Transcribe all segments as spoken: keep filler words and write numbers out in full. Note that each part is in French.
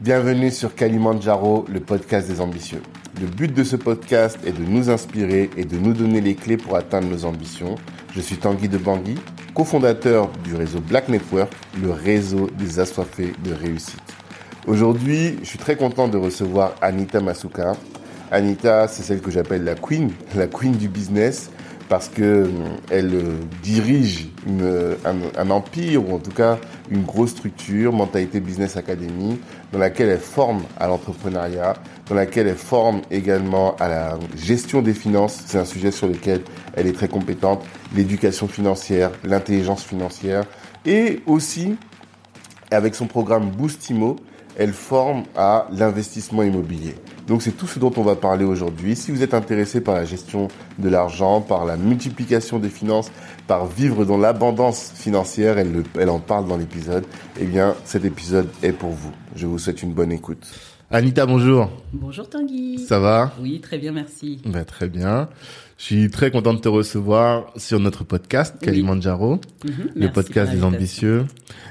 Bienvenue sur Kalimandjaro, le podcast des ambitieux. Le but de ce podcast est de nous inspirer et de nous donner les clés pour atteindre nos ambitions. Je suis Tanguy de Bangui, cofondateur du réseau Black Network, le réseau des assoiffés de réussite. Aujourd'hui, je suis très content de recevoir Anita Masuka. Anita, c'est celle que j'appelle la queen, la queen du business, parce que elle dirige une, un, un empire, ou en tout cas une grosse structure, Mentalité Business Academy, dans laquelle elle forme à l'entrepreneuriat, dans laquelle elle forme également à la gestion des finances. C'est un sujet sur lequel elle est très compétente, l'éducation financière, l'intelligence financière, et aussi, avec son programme Boostimo, elle forme à l'investissement immobilier. Donc c'est tout ce dont on va parler aujourd'hui. Si vous êtes intéressé par la gestion de l'argent, par la multiplication des finances, par vivre dans l'abondance financière, elle, le, elle en parle dans l'épisode, eh bien cet épisode est pour vous. Je vous souhaite une bonne écoute. Anita, bonjour. Bonjour Tanguy. Ça va ? Oui, très bien, merci. Ben, très bien. Je suis très content de te recevoir sur notre podcast, oui. Kalimandjaro, mmh, le podcast des ambitieux.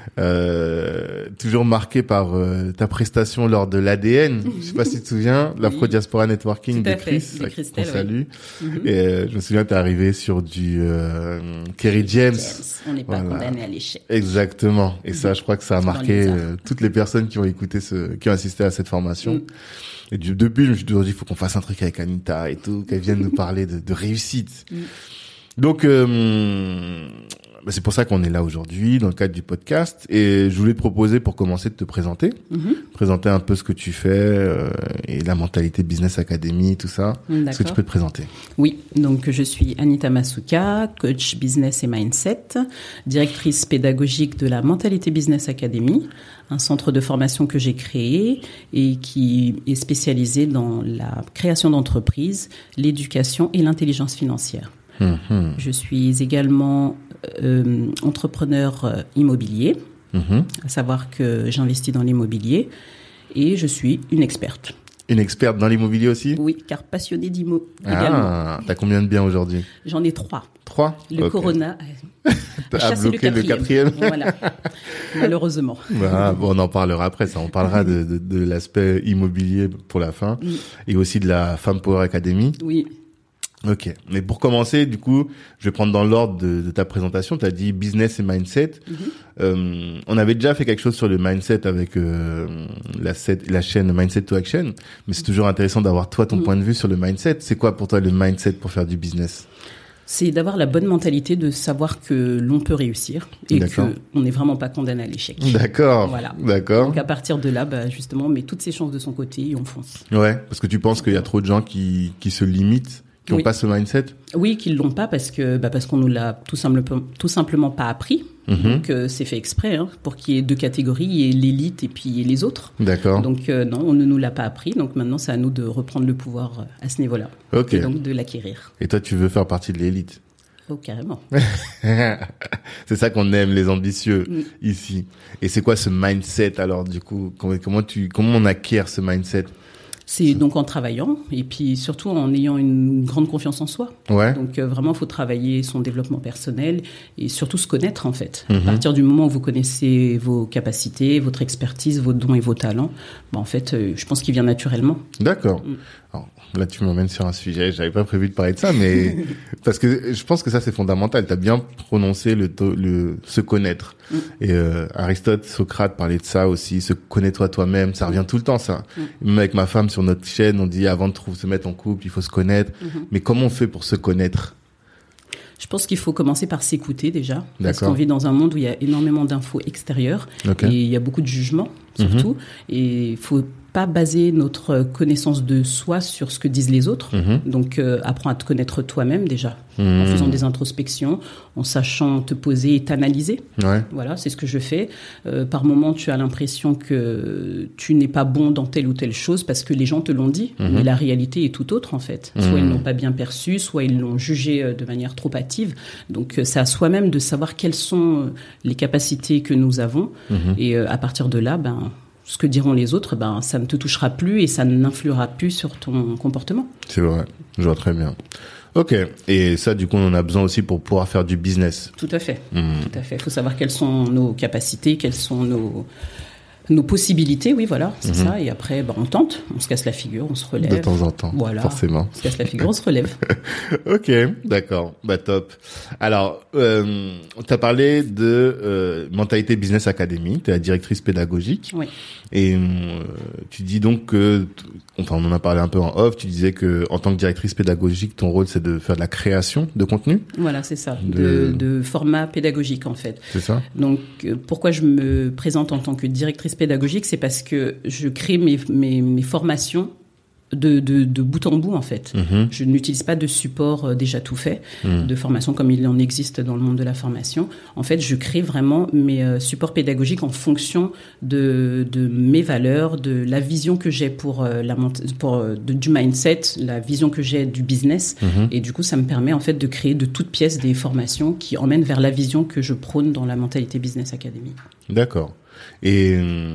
Euh, toujours marqué par euh, ta prestation lors de l'A D N. Je sais pas si tu te souviens, l'Afro-Diaspora Networking de Chris, qu'on salue. Oui. Et euh, je me souviens, t'es arrivé sur du euh, Kerry James. James. On n'est pas voilà. condamné à l'échec. Exactement. Et mmh. ça, je crois que ça a marqué euh, toutes les personnes qui ont écouté ce, qui ont assisté à cette formation. Mmh. Et du, depuis, je me suis toujours dit, il faut qu'on fasse un truc avec Anita et tout, qu'elle vienne nous parler de, de réussite. Mm. Donc, euh, bah c'est pour ça qu'on est là aujourd'hui, dans le cadre du podcast. Et je voulais te proposer, pour commencer, de te présenter. Mm-hmm. Présenter un peu ce que tu fais euh, et la mentalité Business Academy, tout ça. D'accord. Est-ce que tu peux te présenter ? Oui, donc je suis Anita Masuka, coach business et mindset, directrice pédagogique de la Mentalité Business Academy, un centre de formation que j'ai créé et qui est spécialisé dans la création d'entreprises, l'éducation et l'intelligence financière. Mmh. Je suis également euh, entrepreneur immobilier, mmh. à savoir que j'investis dans l'immobilier et je suis une experte. Une experte dans l'immobilier aussi ? Oui, car passionnée d'immo ah, également. T'as combien de biens aujourd'hui ? J'en ai trois. Trois ? Le okay. Corona a chassé bloqué le quatrième. Le quatrième. Voilà, malheureusement. Ah, bon, on en parlera après, ça. On parlera de, de, de l'aspect immobilier pour la fin, oui. et aussi de la Femme Power Academy. Oui. Ok, mais pour commencer, du coup, je vais prendre dans l'ordre de, de ta présentation. Tu as dit business et mindset. Mm-hmm. Euh, on avait déjà fait quelque chose sur le mindset avec euh, la, set, la chaîne Mindset to Action, mais c'est toujours intéressant d'avoir toi ton mm-hmm. point de vue sur le mindset. C'est quoi pour toi le mindset pour faire du business ? C'est d'avoir la bonne mentalité de savoir que l'on peut réussir et qu'on n'est vraiment pas condamné à l'échec. D'accord. Voilà. D'accord. Donc à partir de là, bah, justement, on met toutes ses chances de son côté et on fonce. Ouais, parce que tu penses qu'il y a trop de gens qui, qui se limitent, qui n'ont oui. pas ce mindset ? Oui, qu'ils l'ont pas parce que bah parce qu'on nous l'a tout simplement tout simplement pas appris. Mm-hmm. Donc euh, c'est fait exprès hein, pour qu'il y ait deux catégories, et l'élite et puis les autres. D'accord. Donc euh, non, on ne nous l'a pas appris. Donc maintenant c'est à nous de reprendre le pouvoir à ce niveau-là. Ok. Et donc de l'acquérir. Et toi, tu veux faire partie de l'élite ? Oh, carrément. C'est ça qu'on aime, les ambitieux, mm. ici. Et c'est quoi ce mindset alors du coup ? Comment, comment tu comment on acquiert ce mindset ? C'est donc en travaillant et puis surtout en ayant une grande confiance en soi. Ouais. Donc euh, vraiment, il faut travailler son développement personnel et surtout se connaître en fait. Mm-hmm. À partir du moment où vous connaissez vos capacités, votre expertise, vos dons et vos talents, bah, en fait, euh, je pense qu'il vient naturellement. D'accord. Mm. Alors, là, tu m'emmènes sur un sujet. J'avais pas prévu de parler de ça, mais parce que je pense que ça c'est fondamental. T'as bien prononcé le to- le se connaître. Mm. Et euh, Aristote, Socrate parlaient de ça aussi. Se connais-toi toi-même. Ça revient tout le temps, ça. Mm. Même avec ma femme sur notre chaîne, on dit avant de trouver, se mettre en couple, il faut se connaître. Mm-hmm. Mais comment on fait pour se connaître ? Je pense qu'il faut commencer par s'écouter déjà. D'accord. Parce qu'on vit dans un monde où il y a énormément d'infos extérieures. Okay. Et il y a beaucoup de jugements, surtout. Mm-hmm. Et il faut pas baser notre connaissance de soi sur ce que disent les autres. Mmh. Donc, euh, apprends à te connaître toi-même déjà, mmh. en faisant des introspections, en sachant te poser et t'analyser. Ouais. Voilà, c'est ce que je fais. Euh, par moments, tu as l'impression que tu n'es pas bon dans telle ou telle chose parce que les gens te l'ont dit. Mmh. Mais la réalité est tout autre, en fait. Soit mmh. ils l'ont pas bien perçu, soit ils l'ont jugé de manière trop hâtive. Donc, c'est à soi-même de savoir quelles sont les capacités que nous avons. Mmh. Et euh, à partir de là, ben... ce que diront les autres, ben, ça ne te touchera plus et ça n'influera plus sur ton comportement. C'est vrai, je vois très bien. Ok, et ça, du coup, on en a besoin aussi pour pouvoir faire du business. Tout à fait, mmh. tout à fait. Il faut savoir quelles sont nos capacités, quelles sont nos, Nos possibilités, oui, voilà, c'est Mm-hmm. ça. Et après, bah, on tente, on se casse la figure, on se relève. De temps en temps, voilà, forcément. On se casse la figure, on se relève. Ok, d'accord, bah top. Alors, euh, tu as parlé de euh, Mentalité Business Academy, tu es la directrice pédagogique. Oui. Et euh, tu dis donc que, enfin on en a parlé un peu en off, tu disais que en tant que directrice pédagogique, ton rôle c'est de faire de la création de contenu. Voilà, c'est ça, de, de, de format pédagogique en fait. C'est ça. Donc euh, pourquoi je me présente en tant que directrice pédagogique, c'est parce que je crée mes, mes, mes formations de, de, de bout en bout en fait. Mm-hmm. Je n'utilise pas de support euh, déjà tout fait, mm. de formation comme il en existe dans le monde de la formation. En fait, je crée vraiment mes euh, supports pédagogiques en fonction de, de mes valeurs, de la vision que j'ai pour, euh, la mont- pour euh, de, du mindset, la vision que j'ai du business. Mm-hmm. Et du coup, ça me permet en fait de créer de toutes pièces des formations qui emmènent vers la vision que je prône dans la Mentalité Business Academy. D'accord. Et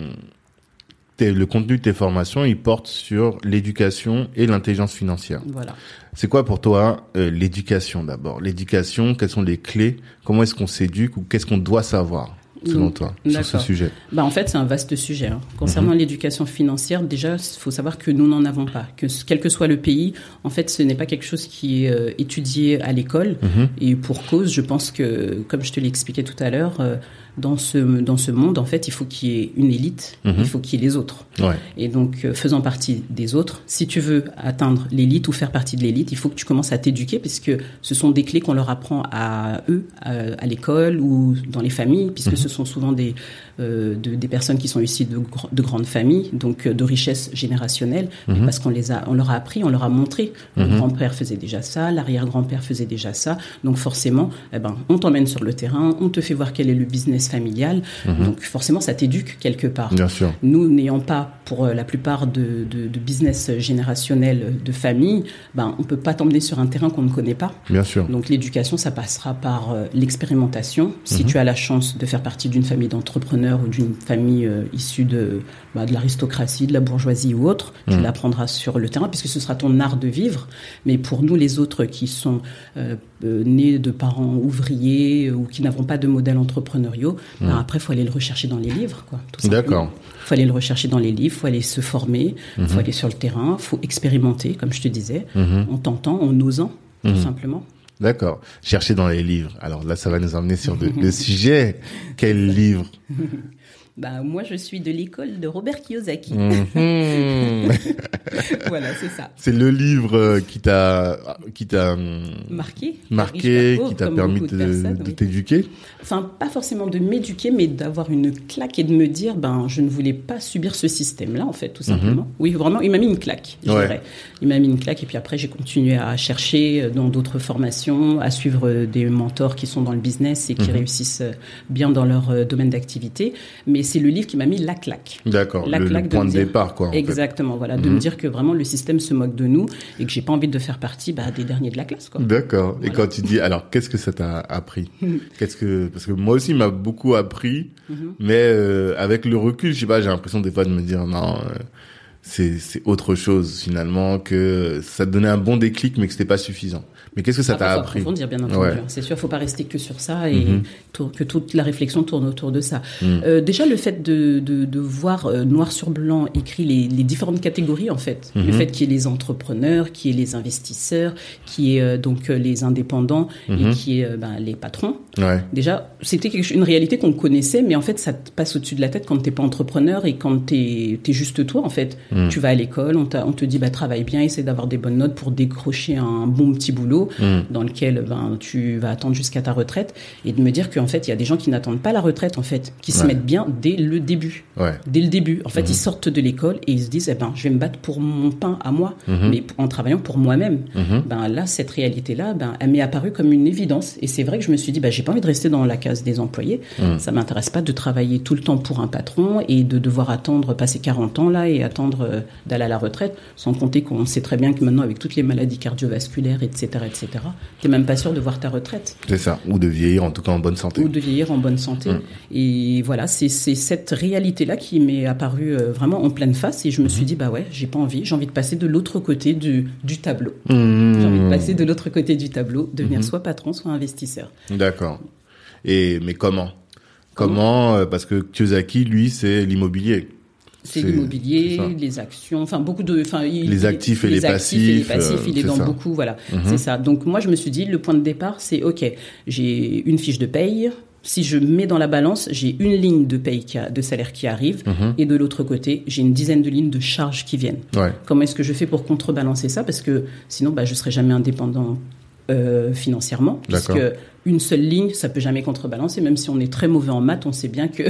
T'es, le contenu de tes formations, il porte sur l'éducation et l'intelligence financière. Voilà. C'est quoi pour toi euh, l'éducation d'abord? L'éducation, quelles sont les clés? Comment est-ce qu'on s'éduque ou qu'est-ce qu'on doit savoir selon Donc, toi d'accord. sur ce sujet? Bah en fait, c'est un vaste sujet. Hein. Concernant mm-hmm. l'éducation financière, déjà, il faut savoir que nous n'en avons pas. Que quel que soit le pays, en fait, ce n'est pas quelque chose qui est euh, étudié à l'école. Mm-hmm. Et pour cause, je pense que, comme je te l'ai expliqué tout à l'heure, euh, dans ce dans ce monde, en fait, il faut qu'il y ait une élite, mm-hmm. il faut qu'il y ait les autres. Ouais. Et donc, euh, faisant partie des autres, si tu veux atteindre l'élite ou faire partie de l'élite, il faut que tu commences à t'éduquer, puisque ce sont des clés qu'on leur apprend à eux, à, à l'école ou dans les familles, puisque mm-hmm. ce sont souvent des euh, de, des personnes qui sont issues de, de grandes familles, donc de richesse générationnelle, mm-hmm. parce qu'on les a, on leur a appris, on leur a montré. Mm-hmm. Le grand-père faisait déjà ça, l'arrière-grand-père faisait déjà ça, donc forcément, eh ben, on t'emmène sur le terrain, on te fait voir quel est le business familial, mmh. donc forcément ça t'éduque quelque part. Bien sûr. Nous n'ayant pas pour la plupart de, de, de business générationnel de famille, ben on peut pas t'emmener sur un terrain qu'on ne connaît pas. Bien sûr. Donc l'éducation ça passera par euh, l'expérimentation. Si mmh. tu as la chance de faire partie d'une famille d'entrepreneurs ou d'une famille euh, issue de bah, de l'aristocratie, de la bourgeoisie ou autre, mmh. tu l'apprendras sur le terrain puisque ce sera ton art de vivre. Mais pour nous les autres qui sont euh, euh, nés de parents ouvriers ou qui n'avons pas de modèle entrepreneuriaux, Mmh. Ben après, il faut aller le rechercher dans les livres, quoi. Tout simplement. D'accord. Il faut aller le rechercher dans les livres, il faut aller se former, il mmh. faut aller sur le terrain, il faut expérimenter, comme je te disais, mmh. en tentant, en osant, mmh. tout simplement. D'accord. Chercher dans les livres. Alors là, ça va nous emmener sur de, le sujet. Quel livre? Bah, moi, je suis de l'école de Robert Kiyosaki. Mmh. Voilà, c'est ça. C'est le livre qui t'a, qui t'a marqué, marqué, qui t'a permis de, de, personnes, de oui. t'éduquer. Enfin, pas forcément de m'éduquer, mais d'avoir une claque et de me dire, ben, je ne voulais pas subir ce système-là, en fait, tout simplement. Mmh. Oui, vraiment, il m'a mis une claque, je ouais. dirais. Il m'a mis une claque et puis après, j'ai continué à chercher dans d'autres formations, à suivre des mentors qui sont dans le business et qui mmh. réussissent bien dans leur domaine d'activité. Mais c'est le livre qui m'a mis la claque. D'accord, la le, claque le point de, de dire, départ, quoi. Exactement, fait. Voilà, de mmh. me dire que vraiment le système se moque de nous et que j'ai pas envie de faire partie bah, des derniers de la classe, quoi. D'accord. Voilà. Et quand tu dis, alors, qu'est-ce que ça t'a appris? Qu'est-ce que, parce que moi aussi, il m'a beaucoup appris, mmh. mais euh, avec le recul, je sais pas, j'ai l'impression des fois de me dire non. Euh, c'est c'est autre chose finalement, que ça te donnait un bon déclic mais que c'était pas suffisant. Mais qu'est-ce que ça Après, t'a faut appris? Approfondir, bien entendu. Ouais. C'est sûr, faut pas rester que sur ça et mm-hmm. tour, que toute la réflexion tourne autour de ça. Mm. Euh, déjà, le fait de de, de voir euh, noir sur blanc écrit les, les différentes catégories en fait, mm-hmm. le fait qu'il y ait les entrepreneurs, qu'il y ait les investisseurs, qu'il y ait euh, donc euh, les indépendants mm-hmm. et qu'il y ait euh, ben, les patrons. Ouais. Déjà, c'était quelque, une réalité qu'on connaissait, mais en fait, ça te passe au-dessus de la tête quand t'es pas entrepreneur et quand t'es t'es juste toi en fait. Mm. Tu vas à l'école, on, on te dit bah travaille bien, essaie d'avoir des bonnes notes pour décrocher un bon petit boulot mm. dans lequel ben tu vas attendre jusqu'à ta retraite, et de me dire qu'en fait il y a des gens qui n'attendent pas la retraite en fait, qui ouais. se mettent bien dès le début. Ouais. Dès le début. En fait, mm-hmm. ils sortent de l'école et ils se disent eh ben je vais me battre pour mon pain à moi, mm-hmm. mais en travaillant pour moi-même. Mm-hmm. Ben là cette réalité là, ben elle m'est apparue comme une évidence, et c'est vrai que je me suis dit bah j'ai pas envie de rester dans la case des employés. Mm. Ça m'intéresse pas de travailler tout le temps pour un patron et de devoir attendre passer quarante ans là et attendre euh, d'aller à la retraite, sans compter qu'on sait très bien que maintenant avec toutes les maladies cardiovasculaires etc etc, t'es même pas sûr de voir ta retraite. C'est ça, ou de vieillir en tout cas en bonne santé. Ou de vieillir en bonne santé. Mmh. Et voilà, c'est, c'est cette réalité-là qui m'est apparue euh, vraiment en pleine face, et je me mmh. suis dit, bah ouais, j'ai pas envie, j'ai envie de passer de l'autre côté du, du tableau. Mmh. J'ai envie de passer de l'autre côté du tableau, devenir mmh. soit patron, soit investisseur. D'accord. Et, mais comment? Comment euh, Parce que Kiyosaki, lui, c'est l'immobilier. C'est, c'est l'immobilier, c'est les actions, enfin beaucoup de, enfin il, les actifs et les, les actifs passifs. Et les passifs, euh, il est, est dans ça. beaucoup, voilà, mm-hmm. c'est ça. Donc moi je me suis dit le point de départ c'est ok, j'ai une fiche de paye. Si je mets dans la balance, j'ai une ligne de paye qui a, de salaire qui arrive, mm-hmm. et de l'autre côté, j'ai une dizaine de lignes de charges qui viennent. Ouais. Comment est-ce que je fais pour contrebalancer ça ? Parce que sinon, bah, je serai jamais indépendant euh, financièrement, D'accord. puisque une seule ligne, ça peut jamais contrebalancer. Même si on est très mauvais en maths, on sait bien que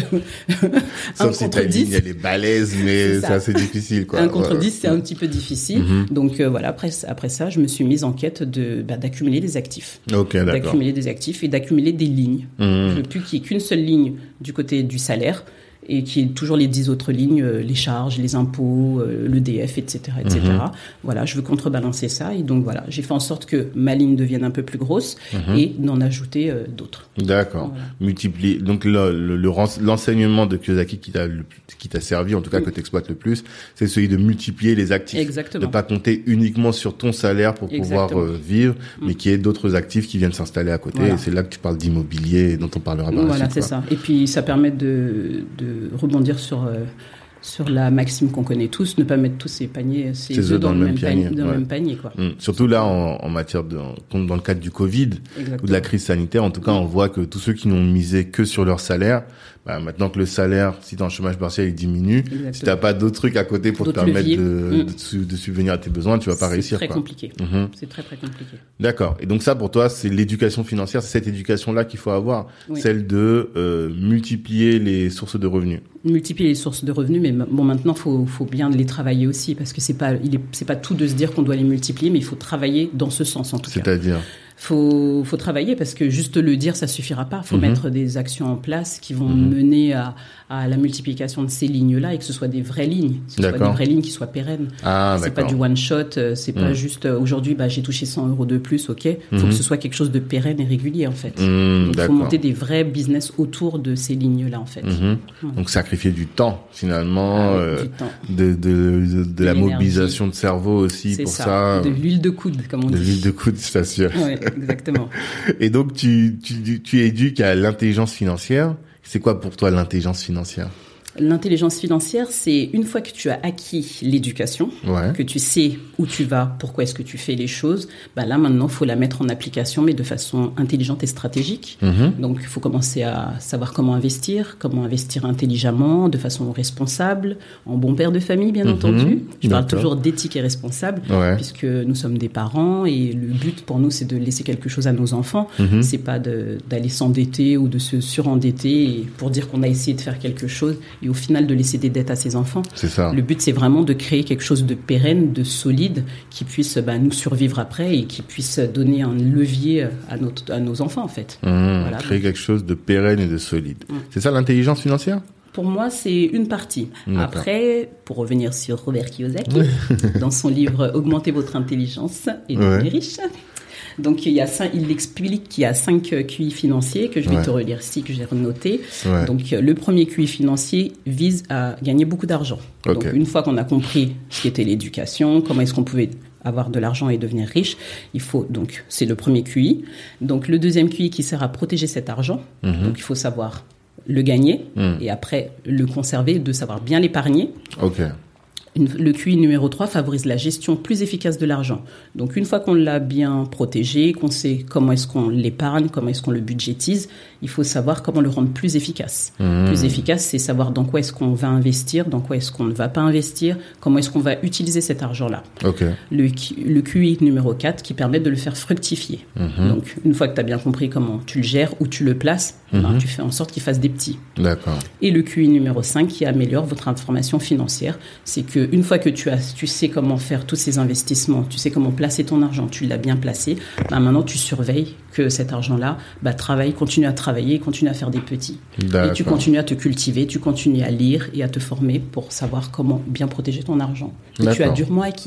un Sauf contre si dix, ligne, elle est balèze, mais c'est, c'est assez difficile, quoi. Un contre ouais. dix, c'est un petit peu difficile. Mm-hmm. Donc euh, voilà. Après, après ça, je me suis mise en quête de bah, d'accumuler des actifs, ok, d'accord. d'accumuler des actifs et d'accumuler des lignes. Mm-hmm. Je veux plus qu'il y ait qu'une seule ligne du côté du salaire. Et qui est toujours les dix autres lignes, euh, les charges, les impôts, euh, l'E D F, et cetera, et cetera. Mm-hmm. Voilà, je veux contrebalancer ça. Et donc voilà, j'ai fait en sorte que ma ligne devienne un peu plus grosse mm-hmm. et d'en ajouter euh, d'autres. D'accord. Voilà. Multiplier. Donc le, le, le, l'enseignement de Kiyosaki qui t'a, le, qui t'a servi, en tout cas oui. que tu exploites le plus, c'est celui de multiplier les actifs. Exactement. De pas compter uniquement sur ton salaire pour Exactement. pouvoir euh, vivre, mm. mais qu'il y ait d'autres actifs qui viennent s'installer à côté. Voilà. Et c'est là que tu parles d'immobilier, dont on parlera par la Voilà, suite. c'est quoi. ça. Et puis ça permet de, de rebondir sur euh, sur la maxime qu'on connaît tous, ne pas mettre tous ses paniers, ses œufs dans, dans le même panier, panier dans ouais. le même panier, quoi. Mmh. Surtout là, en, en matière de, dans le cadre du Covid Exactement. ou de la crise sanitaire, en tout cas, on voit que tous ceux qui n'ont misé que sur leur salaire, bah, maintenant que le salaire, si t'es en chômage partiel, il diminue. Exactement. Si t'as pas d'autres trucs à côté pour d'autres te permettre de, mmh. de, de subvenir à tes besoins, tu vas pas c'est réussir. C'est très quoi. compliqué. Mmh. C'est très très compliqué. D'accord. Et donc ça, pour toi, c'est l'éducation financière, c'est cette éducation-là qu'il faut avoir, oui. celle de euh, multiplier les sources de revenus. Multiplier les sources de revenus, mais bon, maintenant, faut faut bien les travailler aussi, parce que c'est pas, il est, c'est pas tout de se dire qu'on doit les multiplier, mais il faut travailler dans ce sens en tout C'est-à-dire? cas. C'est-à-dire? Faut, faut travailler parce que juste le dire, ça suffira pas. Faut mm-hmm. mettre des actions en place qui vont mm-hmm. mener à, à la multiplication de ces lignes-là et que ce soit des vraies lignes, que ce d'accord. soit des vraies lignes qui soient pérennes. Ah, c'est d'accord. pas du one shot, c'est mm. pas juste euh, aujourd'hui, bah j'ai touché cent euros de plus, ok. Faut mm-hmm. que ce soit quelque chose de pérenne et régulier en fait. Mm, Donc, faut monter des vrais business autour de ces lignes-là en fait. Mm-hmm. Mm. Donc sacrifier du temps finalement, ah, euh, du temps. de de de, de, de la mobilisation de cerveau aussi c'est pour ça. ça. De l'huile de coude comme on de dit. De l'huile de coude, je t'assure. Ouais. Exactement. Et donc, tu, tu, tu éduques à l'intelligence financière. C'est quoi pour toi l'intelligence financière ? L'intelligence financière, c'est une fois que tu as acquis l'éducation, ouais. que tu sais où tu vas, pourquoi est-ce que tu fais les choses, bah là maintenant, il faut la mettre en application, mais de façon intelligente et stratégique. Mm-hmm. Donc, il faut commencer à savoir comment investir, comment investir intelligemment, de façon responsable, en bon père de famille, bien mm-hmm. entendu. Je parle D'accord. toujours d'éthique et responsable, ouais. puisque nous sommes des parents et le but pour nous, c'est de laisser quelque chose à nos enfants. Mm-hmm. C'est pas de, d'aller s'endetter ou de se surendetter pour dire qu'on a essayé de faire quelque chose. Et au final de laisser des dettes à ses enfants. C'est ça. Le but, c'est vraiment de créer quelque chose de pérenne, de solide, qui puisse bah, nous survivre après et qui puisse donner un levier à, notre, à nos enfants, en fait. Mmh, voilà, créer donc. quelque chose de pérenne et de solide. Mmh. C'est ça l'intelligence financière ? Pour moi, c'est une partie. D'accord. Après, pour revenir sur Robert Kiyosaki, dans son livre « Augmentez votre intelligence et devenez ouais. riche », donc il y a cinq, il explique qu'il y a cinq Q I financiers que je vais ouais. te relire ici, que j'ai renoté. Ouais. Donc le premier Q I financier vise à gagner beaucoup d'argent. Okay. Donc une fois qu'on a compris ce qu'était l'éducation, comment est-ce qu'on pouvait avoir de l'argent et devenir riche, il faut donc c'est le premier Q I. Donc le deuxième Q I qui sert à protéger cet argent. Mm-hmm. Donc il faut savoir le gagner mm. et après le conserver, de savoir bien l'épargner. Ok. Une, le Q I numéro trois favorise la gestion plus efficace de l'argent. Donc, une fois qu'on l'a bien protégé, qu'on sait comment est-ce qu'on l'épargne, comment est-ce qu'on le budgétise, il faut savoir comment le rendre plus efficace. Mmh. Plus efficace, c'est savoir dans quoi est-ce qu'on va investir, dans quoi est-ce qu'on ne va pas investir, comment est-ce qu'on va utiliser cet argent-là. Okay. Le, le Q I numéro quatre qui permet de le faire fructifier. Mmh. Donc, une fois que tu as bien compris comment tu le gères, où tu le places, mmh. ben, tu fais en sorte qu'il fasse des petits. D'accord. Et le Q I numéro cinq qui améliore votre information financière, c'est que une fois que tu as, tu sais comment faire tous ces investissements, tu sais comment placer ton argent, tu l'as bien placé, bah maintenant tu surveilles que cet argent-là bah, travaille, continue à travailler, continue à faire des petits. D'accord. Et tu continues à te cultiver, tu continues à lire et à te former pour savoir comment bien protéger ton argent. Et tu as durement acquis.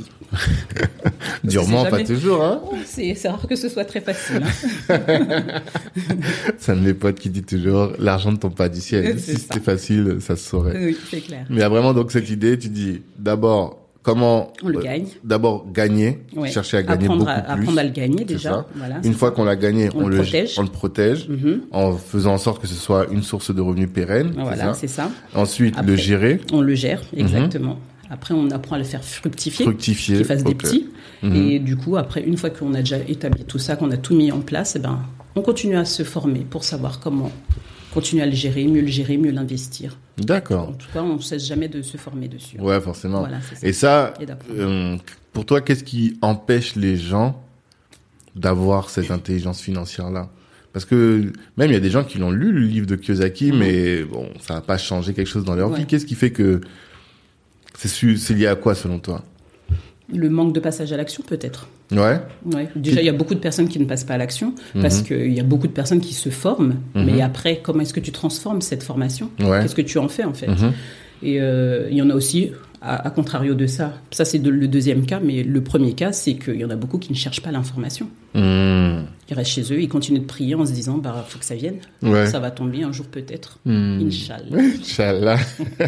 Durement, jamais... pas toujours, hein. Oh, c'est, c'est rare que ce soit très facile. Hein. C'est un de mes potes qui dit toujours, l'argent ne tombe pas du ciel. C'est si ça. C'était facile, ça se saurait. Oui, c'est clair. Mais il y a vraiment donc cette idée, tu dis, d'abord, comment on le euh, gagne. D'abord gagner, ouais. chercher à gagner apprendre beaucoup à, plus. Apprendre à le gagner déjà. Voilà, une fois ça. qu'on l'a gagné, on, on, le, protège. on le protège mm-hmm. en faisant en sorte que ce soit une source de revenus pérenne. Voilà, c'est ça. c'est ça. Ensuite, Après, le gérer. On le gère, exactement. Mm-hmm. Après, on apprend à le faire fructifier, fructifier qu'il fasse okay. des petits. Mm-hmm. Et du coup, après, une fois qu'on a déjà établi tout ça, qu'on a tout mis en place, eh ben, on continue à se former pour savoir comment continuer à le gérer, mieux le gérer, mieux l'investir. D'accord. En tout cas, on ne cesse jamais de se former dessus. Ouais, forcément. Voilà, c'est ça. Et ça, euh, pour toi, qu'est-ce qui empêche les gens d'avoir cette intelligence financière-là ? Parce que même il y a des gens qui l'ont lu, le livre de Kiyosaki, mmh. mais bon, ça n'a pas changé quelque chose dans leur ouais. vie. Qu'est-ce qui fait que c'est, su- c'est lié à quoi, selon toi ? Le manque de passage à l'action, peut-être. Ouais. Ouais. Déjà, il y a beaucoup de personnes qui ne passent pas à l'action mmh. parce qu'il y a beaucoup de personnes qui se forment. Mmh. Mais après, comment est-ce que tu transformes cette formation ? ouais. Qu'est-ce que tu en fais, en fait ? mmh. Et euh, il y en a aussi, à, à contrario de ça, ça c'est de, le deuxième cas, mais le premier cas, c'est qu'il y en a beaucoup qui ne cherchent pas l'information. Mmh. Ils restent chez eux, ils continuent de prier en se disant, bah, faut que ça vienne. Ouais. Ça va tomber un jour peut-être. Mmh. Inch'Allah. Inch'Allah.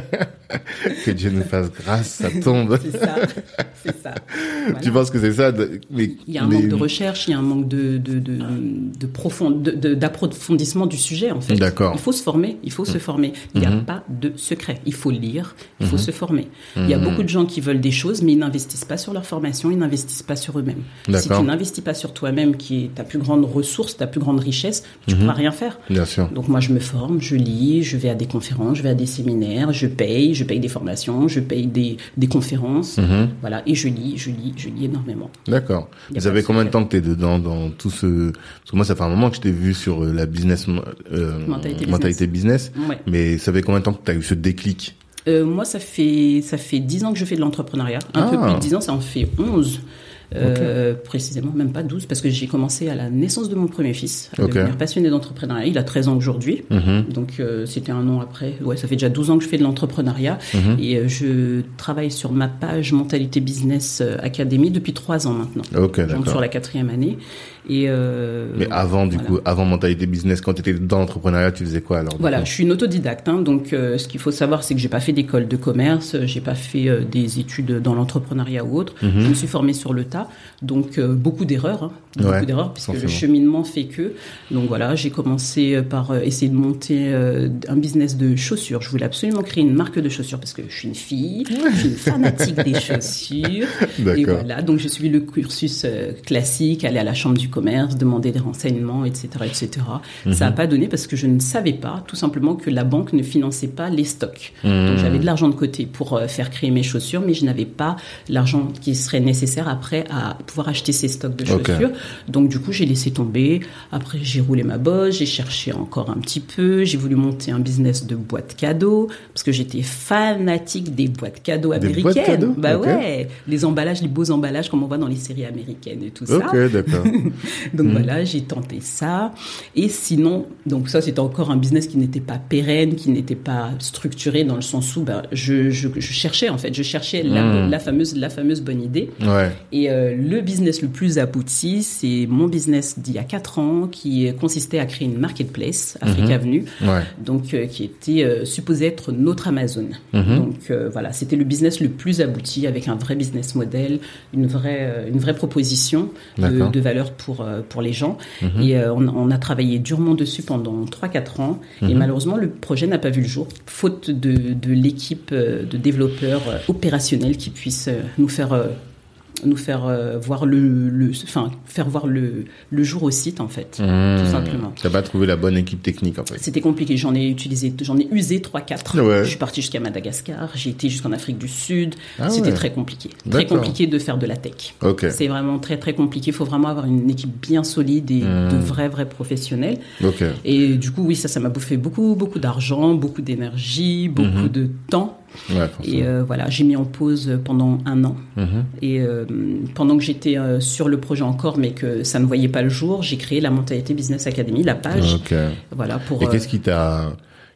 Que Dieu nous fasse grâce, ça tombe. C'est ça. C'est ça. Voilà. Tu penses que c'est ça de, mais, Il y a un mais... manque de recherche, il y a un manque de, de, de, de, profond, de, de, d'approfondissement du sujet, en fait. D'accord. Il faut se former, il faut mmh. se former. Il n'y a mmh. pas de secret. Il faut lire, il faut mmh. se former. Mmh. Il y a beaucoup de gens qui veulent des choses, mais ils n'investissent pas sur leur formation, ils n'investissent pas sur eux-mêmes. D'accord. Si tu n'investis pas sur toi-même, qui est ta plus grande ressource, ta plus grande richesse, tu ne mmh. pourras rien faire. Bien sûr. Donc moi, je me forme, je lis, je vais à des conférences, je vais à des séminaires, je paye, je paye des formations, je paye des, des conférences. Mmh. Voilà, et je lis, je lis, je lis énormément. D'accord. Vous avez combien de temps que tu es dedans dans tout ce... Parce que moi, ça fait un moment que je t'ai vu sur la business, euh, mentalité, mentalité business. business. Ouais. Mais ça fait combien de temps que tu as eu ce déclic ? Euh, moi, ça fait ça fait dix ans que je fais de l'entrepreneuriat. Un ah. peu plus de dix ans, ça en fait onze. Euh, okay. Précisément, même pas douze, parce que j'ai commencé à la naissance de mon premier fils, à okay. devenir passionné d'entrepreneuriat. Il a treize ans aujourd'hui, mm-hmm. donc euh, c'était un an après. Ouais, ça fait déjà douze ans que je fais de l'entrepreneuriat mm-hmm. et euh, je travaille sur ma page Mentalité Business Academy depuis trois ans maintenant. Ok, d'accord. Donc sur la quatrième année. Et euh, Mais avant, du voilà. coup, avant Mentalité Business, quand tu étais dans l'entrepreneuriat, tu faisais quoi alors ? Voilà, je suis une autodidacte. Hein, donc, euh, ce qu'il faut savoir, c'est que j'ai pas fait d'école de commerce, j'ai pas fait euh, des études dans l'entrepreneuriat ou autre. Mm-hmm. Je me suis formée sur le tas. Donc, euh, beaucoup d'erreurs. Hein, beaucoup ouais, d'erreurs, puisque forcément. Le cheminement fait que. Donc, voilà, j'ai commencé par euh, essayer de monter euh, un business de chaussures. Je voulais absolument créer une marque de chaussures parce que je suis une fille, je suis une fanatique des chaussures. D'accord. Et voilà, donc j'ai suivi le cursus euh, classique, aller à la chambre du commerce, demander des renseignements, et cetera, et cetera. Mmh. Ça n'a pas donné parce que je ne savais pas, tout simplement, que la banque ne finançait pas les stocks. Mmh. Donc j'avais de l'argent de côté pour euh, faire créer mes chaussures, mais je n'avais pas l'argent qui serait nécessaire après à pouvoir acheter ces stocks de chaussures. Okay. Donc du coup, j'ai laissé tomber. Après, j'ai roulé ma bosse, j'ai cherché encore un petit peu. J'ai voulu monter un business de boîtes cadeaux parce que j'étais fanatique des boîtes cadeaux américaines. Des boîtes cadeaux ? Bah okay. ouais, les emballages, les beaux emballages comme on voit dans les séries américaines et tout ça. Ok, d'accord. Donc mmh. voilà, j'ai tenté ça. Et sinon, donc ça, c'était encore un business qui n'était pas pérenne, qui n'était pas structuré dans le sens où ben, je, je, je cherchais, en fait, je cherchais mmh. la, la, fameuse, la fameuse bonne idée. Ouais. Et euh, le business le plus abouti, c'est mon business d'il y a quatre ans qui consistait à créer une marketplace, Afrique mmh. Avenue, ouais. donc euh, qui était euh, supposé être notre Amazon. Mmh. Donc euh, voilà, c'était le business le plus abouti avec un vrai business model, une vraie, euh, une vraie proposition de, de valeur pour, euh, pour les gens. Mmh. Et euh, on, on a travaillé durement dessus pendant trois à quatre ans. Mmh. Et malheureusement, le projet n'a pas vu le jour, faute de, de l'équipe de développeurs opérationnels qui puissent nous faire... Euh, nous faire euh, voir le, le enfin faire voir le le jour au site en fait, mmh. tout simplement. T'as pas trouvé la bonne équipe technique en fait. C'était compliqué. J'en ai utilisé, j'en ai usé trois quatre. Ouais. Je suis partie jusqu'à Madagascar. J'ai été jusqu'en Afrique du Sud. Ah C'était ouais. très compliqué. D'accord. Très compliqué de faire de la tech. Okay. C'est vraiment très très compliqué. Il faut vraiment avoir une équipe bien solide et mmh. de vrais vrais professionnels. Okay. Et du coup oui ça ça m'a bouffé beaucoup beaucoup d'argent, beaucoup d'énergie, beaucoup mmh. de temps. Ouais, et euh, voilà, j'ai mis en pause pendant un an. Mmh. Et euh, pendant que j'étais euh, sur le projet encore, mais que ça ne voyait pas le jour, j'ai créé la Mentalité Business Academy, la page. Okay. Voilà pour. Et euh, qu'est-ce qui t'a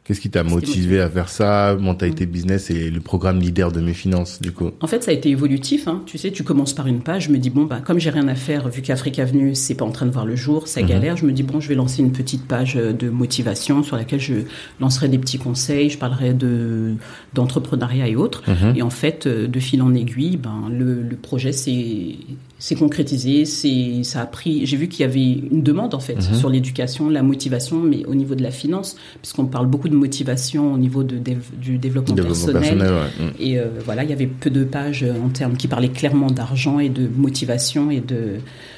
Qu'est-ce qui t'a motivé à faire ça, mentalité business et le programme leader de mes finances, du coup? En fait, ça a été évolutif, hein. Tu sais, tu commences par une page, je me dis, bon, bah, comme j'ai rien à faire, vu qu'Afrique Avenue, c'est pas en train de voir le jour, ça galère, mm-hmm. je me dis, bon, je vais lancer une petite page de motivation sur laquelle je lancerai des petits conseils, je parlerai de, d'entrepreneuriat et autres. Mm-hmm. Et en fait, de fil en aiguille, ben, le, le projet s'est, s'est concrétisé, c'est, ça a pris, j'ai vu qu'il y avait une demande, en fait, mm-hmm. sur l'éducation, la motivation, mais au niveau de la finance, puisqu'on parle beaucoup de motivation au niveau de, de, du développement, développement personnel. personnel ouais. Et euh, voilà, il y avait peu de pages en termes qui parlaient clairement d'argent et de motivation et de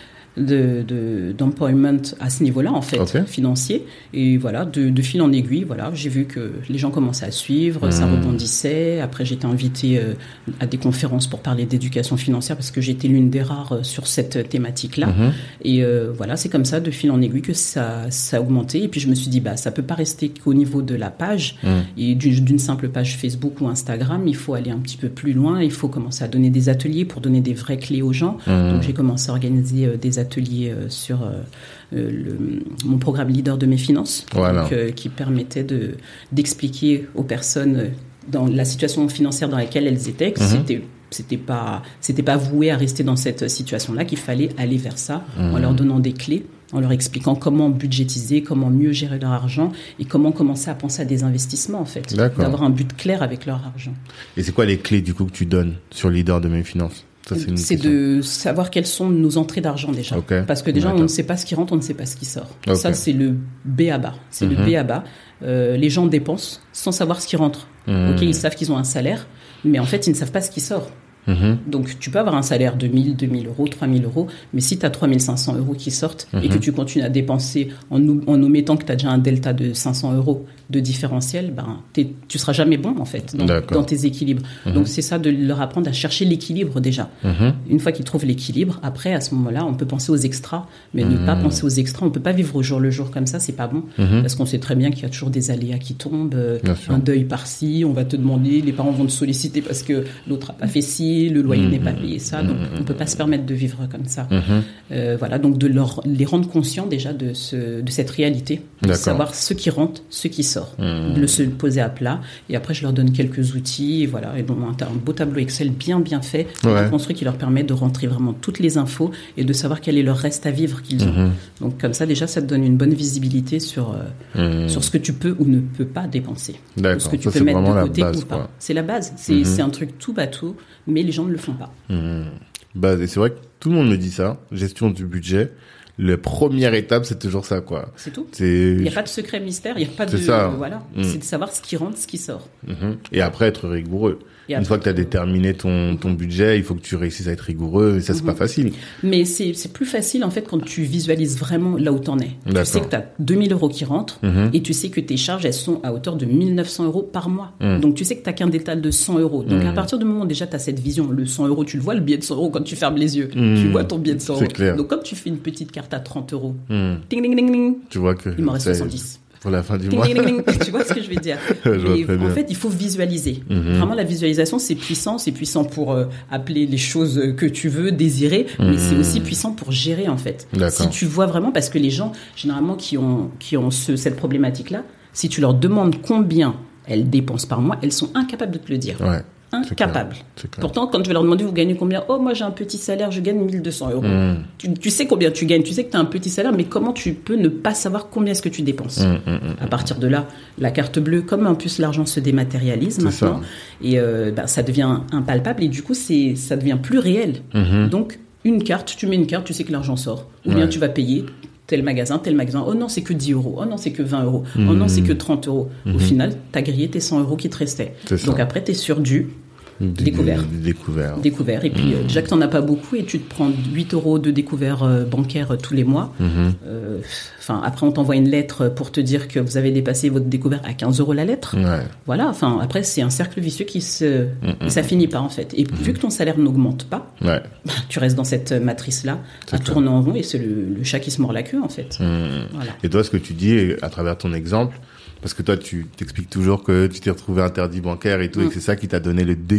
de, de d'employment à ce niveau-là en fait, okay. financier. Et voilà, de, de fil en aiguille, voilà, j'ai vu que les gens commençaient à suivre, mmh. ça rebondissait. Après, j'étais invitée euh, à des conférences pour parler d'éducation financière parce que j'étais l'une des rares euh, sur cette thématique-là. Mmh. Et euh, voilà, c'est comme ça, de fil en aiguille, que ça ça a augmenté. Et puis je me suis dit, bah ça peut pas rester qu'au niveau de la page mmh. et d'une, d'une simple page Facebook ou Instagram. Il faut aller un petit peu plus loin. Il faut commencer à donner des ateliers pour donner des vraies clés aux gens. Mmh. Donc j'ai commencé à organiser euh, des ateliers atelier euh, sur euh, le, mon programme leader de mes finances, voilà. donc, euh, qui permettait de, d'expliquer aux personnes euh, dans la situation financière dans laquelle elles étaient que mm-hmm. c'était c'était pas c'était pas voué à rester dans cette situation-là, qu'il fallait aller vers ça mm-hmm. en leur donnant des clés, en leur expliquant comment budgétiser, comment mieux gérer leur argent et comment commencer à penser à des investissements en fait, D'accord. d'avoir un but clair avec leur argent. Et c'est quoi les clés du coup que tu donnes sur leader de mes finances? Ça, c'est, c'est de savoir quelles sont nos entrées d'argent déjà. Okay. Parce que déjà, D'accord. on ne sait pas ce qui rentre, on ne sait pas ce qui sort. Okay. Ça, c'est le B à bas. C'est mm-hmm. le B à bas. Euh, les gens dépensent sans savoir ce qui rentre. Mm-hmm. Ok, ils savent qu'ils ont un salaire, mais en fait, ils ne savent pas ce qui sort. Mmh. Donc, tu peux avoir un salaire de mille, deux mille euros, trois mille euros, mais si tu as trois mille cinq cents euros qui sortent mmh. et que tu continues à dépenser en, en omettant que tu as déjà un delta de cinq cents euros de différentiel, ben, tu seras jamais bon, en fait, dans, dans tes équilibres. Mmh. Donc, c'est ça, de leur apprendre à chercher l'équilibre déjà. Mmh. Une fois qu'ils trouvent l'équilibre, après, à ce moment-là, on peut penser aux extras, mais mmh. ne pas penser aux extras. On peut pas vivre au jour le jour comme ça, c'est pas bon. Mmh. Parce qu'on sait très bien qu'il y a toujours des aléas qui tombent, un deuil par-ci, on va te demander, les parents vont te solliciter parce que l'autre a pas fait ci, le loyer mmh. n'est pas payé, ça, donc mmh. on peut pas se permettre de vivre comme ça. Mmh. Euh, voilà, donc de leur, les rendre conscients déjà de, ce, de cette réalité, de D'accord. savoir ce qui rentre, ce qui sort, mmh. de le se poser à plat, et après je leur donne quelques outils, et voilà, et donc un, un beau tableau Excel bien bien fait, ouais. construit, qui leur permet de rentrer vraiment toutes les infos et de savoir quel est leur reste à vivre qu'ils ont. Mmh. Donc comme ça déjà, ça te donne une bonne visibilité sur, euh, mmh. sur ce que tu peux ou ne peux pas dépenser, D'accord. ce que tu ça, peux mettre de côté base, ou pas. Quoi. C'est la base, c'est, mmh. c'est un truc tout bateau, mais les gens ne le font pas. Mmh. Bah, c'est vrai que tout le monde me dit ça, gestion du budget. La première étape, c'est toujours ça, quoi. C'est tout. C'est... Il n'y a pas de secret mystère, il n'y a pas c'est de... Ça. Voilà. Mmh. C'est de savoir ce qui rentre, ce qui sort. Mmh. Et après, être rigoureux. Et Une après, fois que tu as déterminé ton, ton budget, il faut que tu réussisses à être rigoureux, et ça, c'est mmh. pas facile. Mais c'est, c'est plus facile, en fait, quand tu visualises vraiment là où t'en es. D'accord. Tu sais que tu as deux mille euros qui rentrent, mmh. et tu sais que tes charges, elles sont à hauteur de mille neuf cents euros par mois. Mmh. Donc, tu sais que tu n'as qu'un détail de cent euros. Donc, mmh. à partir du moment où déjà tu as cette vision, le cent euros, tu le vois, le billet de cent euros, quand tu fermes les yeux, mmh. tu vois ton billet de cent euros. Clair. Donc, comme tu fais une petite carte à trente euros, mmh. ding, ding, ding, ding, tu vois que il m'en reste soixante-dix. Pour la fin du ding, mois. Ding, ding, ding. Tu vois ce que je veux dire. Et en fait, il faut visualiser. Mm-hmm. Vraiment, la visualisation, c'est puissant. C'est puissant pour euh, appeler les choses que tu veux, désirer, mm-hmm. mais c'est aussi puissant pour gérer, en fait. D'accord. Si tu vois vraiment, parce que les gens, généralement, qui ont, qui ont ce, cette problématique-là, si tu leur demandes combien elles dépensent par mois, elles sont incapables de te le dire. Ouais. Incapable. Pourtant, quand je vais leur demander, vous gagnez combien? Oh, moi, j'ai un petit salaire, je gagne mille deux cents euros. Mmh. Tu, tu sais combien tu gagnes, tu sais que tu as un petit salaire, mais comment tu peux ne pas savoir combien est-ce que tu dépenses? Mmh, mmh, À partir de là, la carte bleue, comme en plus l'argent se dématérialise c'est maintenant, ça. et euh, bah, ça devient impalpable, et du coup, c'est, ça devient plus réel. Mmh. Donc, une carte, tu mets une carte, tu sais que l'argent sort. Ou ouais. bien tu vas payer tel magasin, tel magasin. Oh non, c'est que dix euros. Oh non, c'est que vingt euros. Mmh. Oh non, c'est que trente euros. Mmh. Au final, tu as grillé tes cent euros qui te restaient. C'est Donc ça. Après, tu es sur du découvert. Découvert. Découvert. Et puis, mmh. euh, déjà que t'en as pas beaucoup et tu te prends huit euros de découvert euh, bancaire euh, tous les mois. Mmh. Euh, enfin, après, on t'envoie une lettre pour te dire que vous avez dépassé votre découvert à quinze euros la lettre. Ouais. Voilà. Enfin, après, c'est un cercle vicieux qui se, mmh. ça finit pas, en fait. Et mmh. vu que ton salaire n'augmente pas, ouais. bah, tu restes dans cette matrice-là, c'est à clair. Tourner en rond, et c'est le, le chat qui se mord la queue, en fait. Mmh. Voilà. Et toi, ce que tu dis, à travers ton exemple, parce que toi, tu t'expliques toujours que tu t'es retrouvé interdit bancaire et tout, mmh. et que c'est ça qui t'a donné le déclic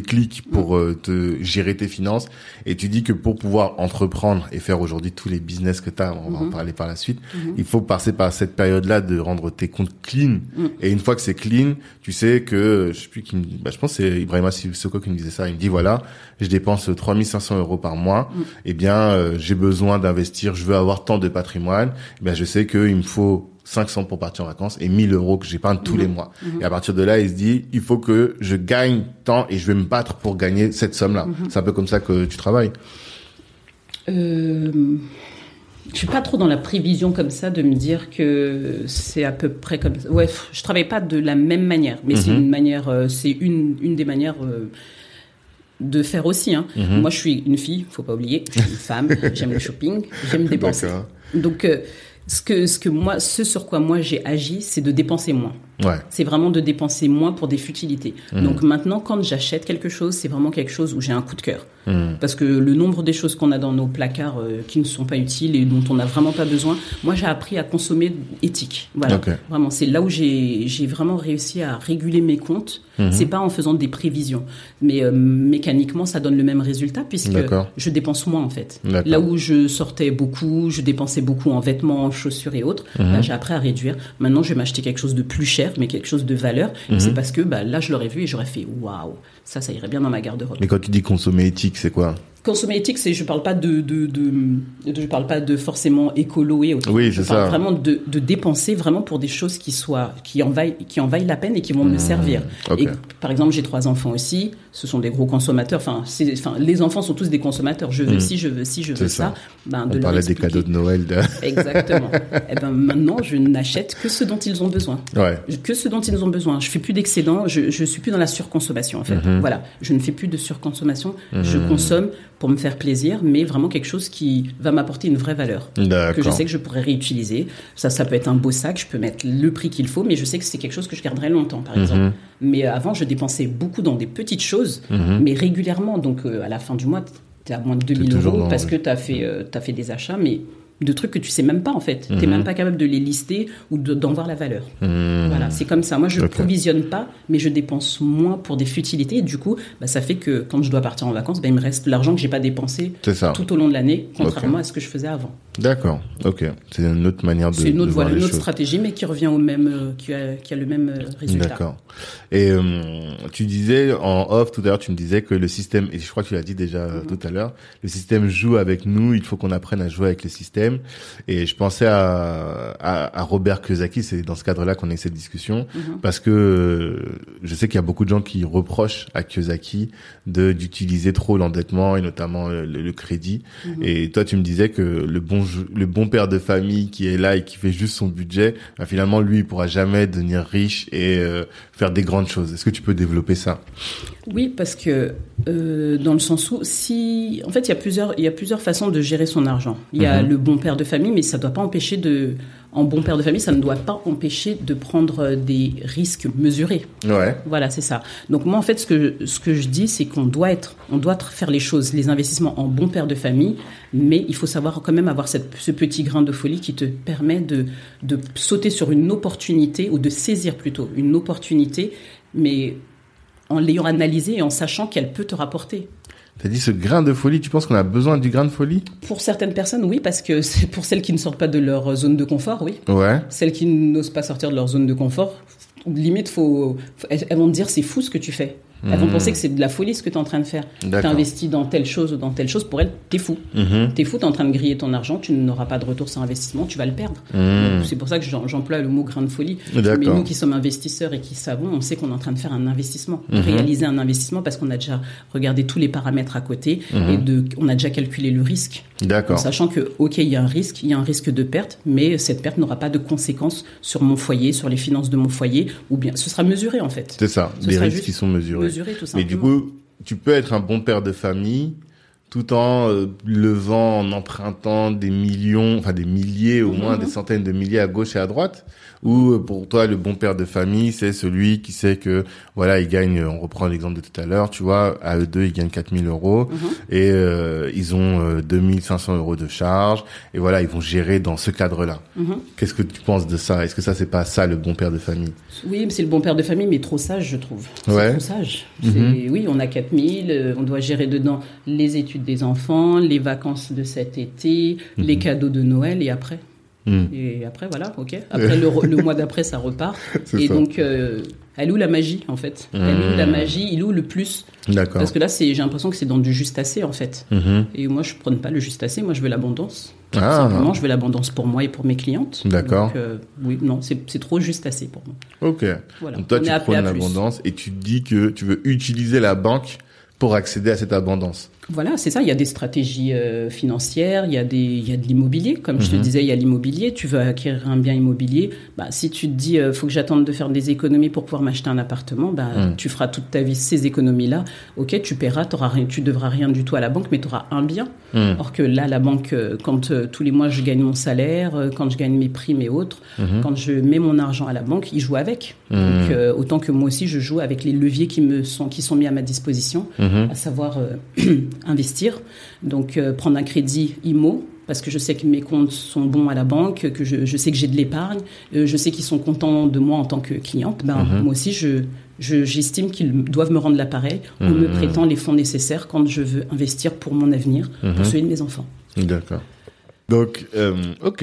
déclic pour euh, te gérer tes finances. Et tu dis que pour pouvoir entreprendre et faire aujourd'hui tous les business que tu as, on va mm-hmm. en parler par la suite, mm-hmm. il faut passer par cette période-là de rendre tes comptes clean. Mm. Et une fois que c'est clean, tu sais que, je sais plus qui me, bah, je pense que c'est Ibrahima Sissoko qui me disait ça. Il me dit, voilà, je dépense trois mille cinq cents euros par mois. Mm. Eh bien, euh, j'ai besoin d'investir, je veux avoir tant de patrimoine. Eh bien, je sais qu'il me faut cinq cents pour partir en vacances et mille euros que j'épargne tous mmh. les mois. Mmh. Et à partir de là, il se dit, il faut que je gagne tant et je vais me battre pour gagner cette somme-là. Mmh. C'est un peu comme ça que tu travailles. Euh, je suis pas trop dans la prévision comme ça de me dire que c'est à peu près comme ça. Ouais, je travaille pas de la même manière, mais mmh. c'est une manière, euh, c'est une une des manières. Euh, de faire aussi. Hein. Mmh. Moi, je suis une fille, faut pas oublier. Je suis une femme, j'aime le shopping, j'aime dépenser. D'accord. Donc, euh, ce que, ce que moi, ce sur quoi moi j'ai agi, c'est de dépenser moins. Ouais. C'est vraiment de dépenser moins pour des futilités. Mmh. Donc maintenant, quand j'achète quelque chose, c'est vraiment quelque chose où j'ai un coup de cœur. Mmh. Parce que le nombre des choses qu'on a dans nos placards euh, qui ne sont pas utiles et dont on n'a vraiment pas besoin, moi j'ai appris à consommer éthique. Voilà. Okay. Vraiment, c'est là où j'ai, j'ai vraiment réussi à réguler mes comptes. Mmh. C'est pas en faisant des prévisions, mais euh, mécaniquement ça donne le même résultat puisque D'accord. je dépense moins en fait. D'accord. Là où je sortais beaucoup, je dépensais beaucoup en vêtements, en chaussures et autres, mmh. bah, j'ai appris à réduire. Maintenant, je vais m'acheter quelque chose de plus cher, mais quelque chose de valeur. Mmh. Et c'est parce que bah, là, je l'aurais vu et j'aurais fait waouh, ça, ça irait bien dans ma garde-robe. Mais quand tu dis consommer éthique, c'est quoi? Consommer éthique, c'est je parle pas de de de, de je parle pas de forcément écolo et autres. Oui, je c'est parle ça. Vraiment de de dépenser vraiment pour des choses qui soient qui en vaillent qui en vaillent la peine et qui vont mmh, me servir. Okay. Et par exemple, j'ai trois enfants aussi. Ce sont des gros consommateurs. Enfin, c'est enfin les enfants sont tous des consommateurs. Je veux mmh. si je veux si je veux ça. ça ben, de On parlait des cadeaux de Noël. De... Exactement. Et ben maintenant, je n'achète que ce dont ils ont besoin. Ouais. Que ce dont ils ont besoin. Je fais plus d'excédent. Je je suis plus dans la surconsommation en fait. Mmh. Voilà. Je ne fais plus de surconsommation. Mmh. Je consomme pour me faire plaisir, mais vraiment quelque chose qui va m'apporter une vraie valeur. D'accord. Que je sais que je pourrais réutiliser. Ça, ça peut être un beau sac, je peux mettre le prix qu'il faut, mais je sais que c'est quelque chose que je garderai longtemps, par exemple. Mm-hmm. Mais avant, je dépensais beaucoup dans des petites choses, mm-hmm. mais régulièrement. Donc, euh, à la fin du mois, tu es à moins de deux mille euros dans, parce ouais. que tu as fait, euh, t'as fait des achats, mais de trucs que tu sais même pas, en fait. Mm-hmm. Tu n'es même pas capable de les lister ou de, d'en voir la valeur. Mm-hmm. Voilà, c'est comme ça. Moi, je ne okay. provisionne pas, mais je dépense moins pour des futilités. Et du coup, bah, ça fait que quand je dois partir en vacances, bah, il me reste l'argent que je n'ai pas dépensé tout au long de l'année, contrairement okay. à ce que je faisais avant. D'accord, ok. C'est une autre manière de, c'est une autre, de voir voilà, les une autre choses. stratégie, mais qui revient au même, euh, qui, a, qui a le même euh, résultat. D'accord. Et euh, tu disais en off tout à l'heure, tu me disais que le système, et je crois que tu l'as dit déjà mm-hmm. tout à l'heure, le système joue avec nous. Il faut qu'on apprenne à jouer avec le système. Et je pensais à, à, à Robert Kiyosaki. C'est dans ce cadre-là qu'on a eu cette discussion, mm-hmm. parce que je sais qu'il y a beaucoup de gens qui reprochent à Kiyosaki de d'utiliser trop l'endettement et notamment le, le crédit. Mm-hmm. Et toi, tu me disais que le bon le bon père de famille qui est là et qui fait juste son budget, bah finalement lui il pourra jamais devenir riche et euh, faire des grandes choses. Est-ce que tu peux développer ça? Oui, parce que euh, dans le sens où si en fait il y a plusieurs il y a plusieurs façons de gérer son argent. Il y a mm-hmm. le bon père de famille, mais ça doit pas empêcher de en bon père de famille, ça ne doit pas empêcher de prendre des risques mesurés. Ouais. Voilà, c'est ça. Donc moi en fait ce que ce que je dis c'est qu'on doit être on doit faire les choses, les investissements en bon père de famille, mais il faut savoir quand même avoir cette, ce petit grain de folie qui te permet de de sauter sur une opportunité ou de saisir plutôt une opportunité, mais en l'ayant analysée et en sachant qu'elle peut te rapporter. T'as dit ce grain de folie, tu penses qu'on a besoin du grain de folie? Pour certaines personnes, oui, parce que c'est pour celles qui ne sortent pas de leur zone de confort, oui. Ouais. Celles qui n'osent pas sortir de leur zone de confort, limite, faut, elles vont te dire c'est fou ce que tu fais. Elles vont mmh. penser que c'est de la folie ce que tu es en train de faire. Tu investis dans telle chose ou dans telle chose, pour elles, t'es fou. Mmh. T'es fou, t'es en train de griller ton argent, tu n'auras pas de retour sur investissement, tu vas le perdre. Mmh. Donc, c'est pour ça que j'emploie le mot grain de folie. D'accord. Mais nous qui sommes investisseurs et qui savons, on sait qu'on est en train de faire un investissement, mmh. réaliser un investissement parce qu'on a déjà regardé tous les paramètres à côté mmh. et de, on a déjà calculé le risque. D'accord. En sachant que, ok, il y a un risque, il y a un risque de perte, mais cette perte n'aura pas de conséquences sur mon foyer, sur les finances de mon foyer, ou bien ce sera mesuré en fait. C'est ça, ce les risques qui sont mesurés. Mesuré, tout simplement. Mais du coup, tu peux être un bon père de famille tout en euh, levant, en empruntant des millions, enfin des milliers, au moins mmh. des centaines de milliers à gauche et à droite? Ou euh, pour toi, le bon père de famille, c'est celui qui sait que, voilà, il gagne, on reprend l'exemple de tout à l'heure, tu vois, à eux deux, ils gagnent quatre mille euros mmh. et euh, ils ont euh, deux mille cinq cents euros de charges et voilà, ils vont gérer dans ce cadre-là. Mmh. Qu'est-ce que tu penses de ça? Est-ce que ça, c'est pas ça, le bon père de famille? Oui, c'est le bon père de famille, mais trop sage, je trouve. C'est ouais. trop sage. Mmh. C'est, oui, on a quatre mille, euh, on doit gérer dedans les études des enfants, les vacances de cet été, mmh. les cadeaux de Noël et après. Mmh. Et après, voilà, ok. Après, le, le mois d'après, ça repart. C'est et ça. donc, euh, elle est où la magie, en fait? mmh. Elle est où la magie? Il est où le plus? D'accord. Parce que là, c'est, j'ai l'impression que c'est dans du juste assez, en fait. Mmh. Et moi, je ne prône pas le juste assez. Moi, je veux l'abondance. Ah. Simplement, je veux l'abondance pour moi et pour mes clientes. D'accord. Donc, euh, oui, non, c'est, c'est trop juste assez pour moi. Ok. Voilà. Donc, toi, on tu prônes l'abondance et tu dis que tu veux utiliser la banque pour accéder à cette abondance. Voilà, c'est ça. Il y a des stratégies euh, financières, il y a des, il y a de l'immobilier. Comme mmh. je te disais, il y a l'immobilier. Tu veux acquérir un bien immobilier. Bah, si tu te dis, euh, faut que j'attende de faire des économies pour pouvoir m'acheter un appartement, bah, mmh. tu feras toute ta vie ces économies-là. Ok, tu paieras, t'auras rien, tu devras rien du tout à la banque, mais tu auras un bien. Mmh. Or que là, la banque, euh, quand euh, tous les mois je gagne mon salaire, euh, quand je gagne mes primes et autres, mmh. quand je mets mon argent à la banque, ils jouent avec. Mmh. Donc, euh, autant que moi aussi, je joue avec les leviers qui me sont, qui sont mis à ma disposition, mmh. à savoir euh, investir. Donc, euh, prendre un crédit I M O, parce que je sais que mes comptes sont bons à la banque, que je, je sais que j'ai de l'épargne, euh, je sais qu'ils sont contents de moi en tant que cliente. Ben, mmh. moi aussi, je, je, j'estime qu'ils doivent me rendre l'appareil mmh. ou me prêtant les fonds nécessaires quand je veux investir pour mon avenir, mmh. pour celui de mes enfants. D'accord. Donc, euh, ok.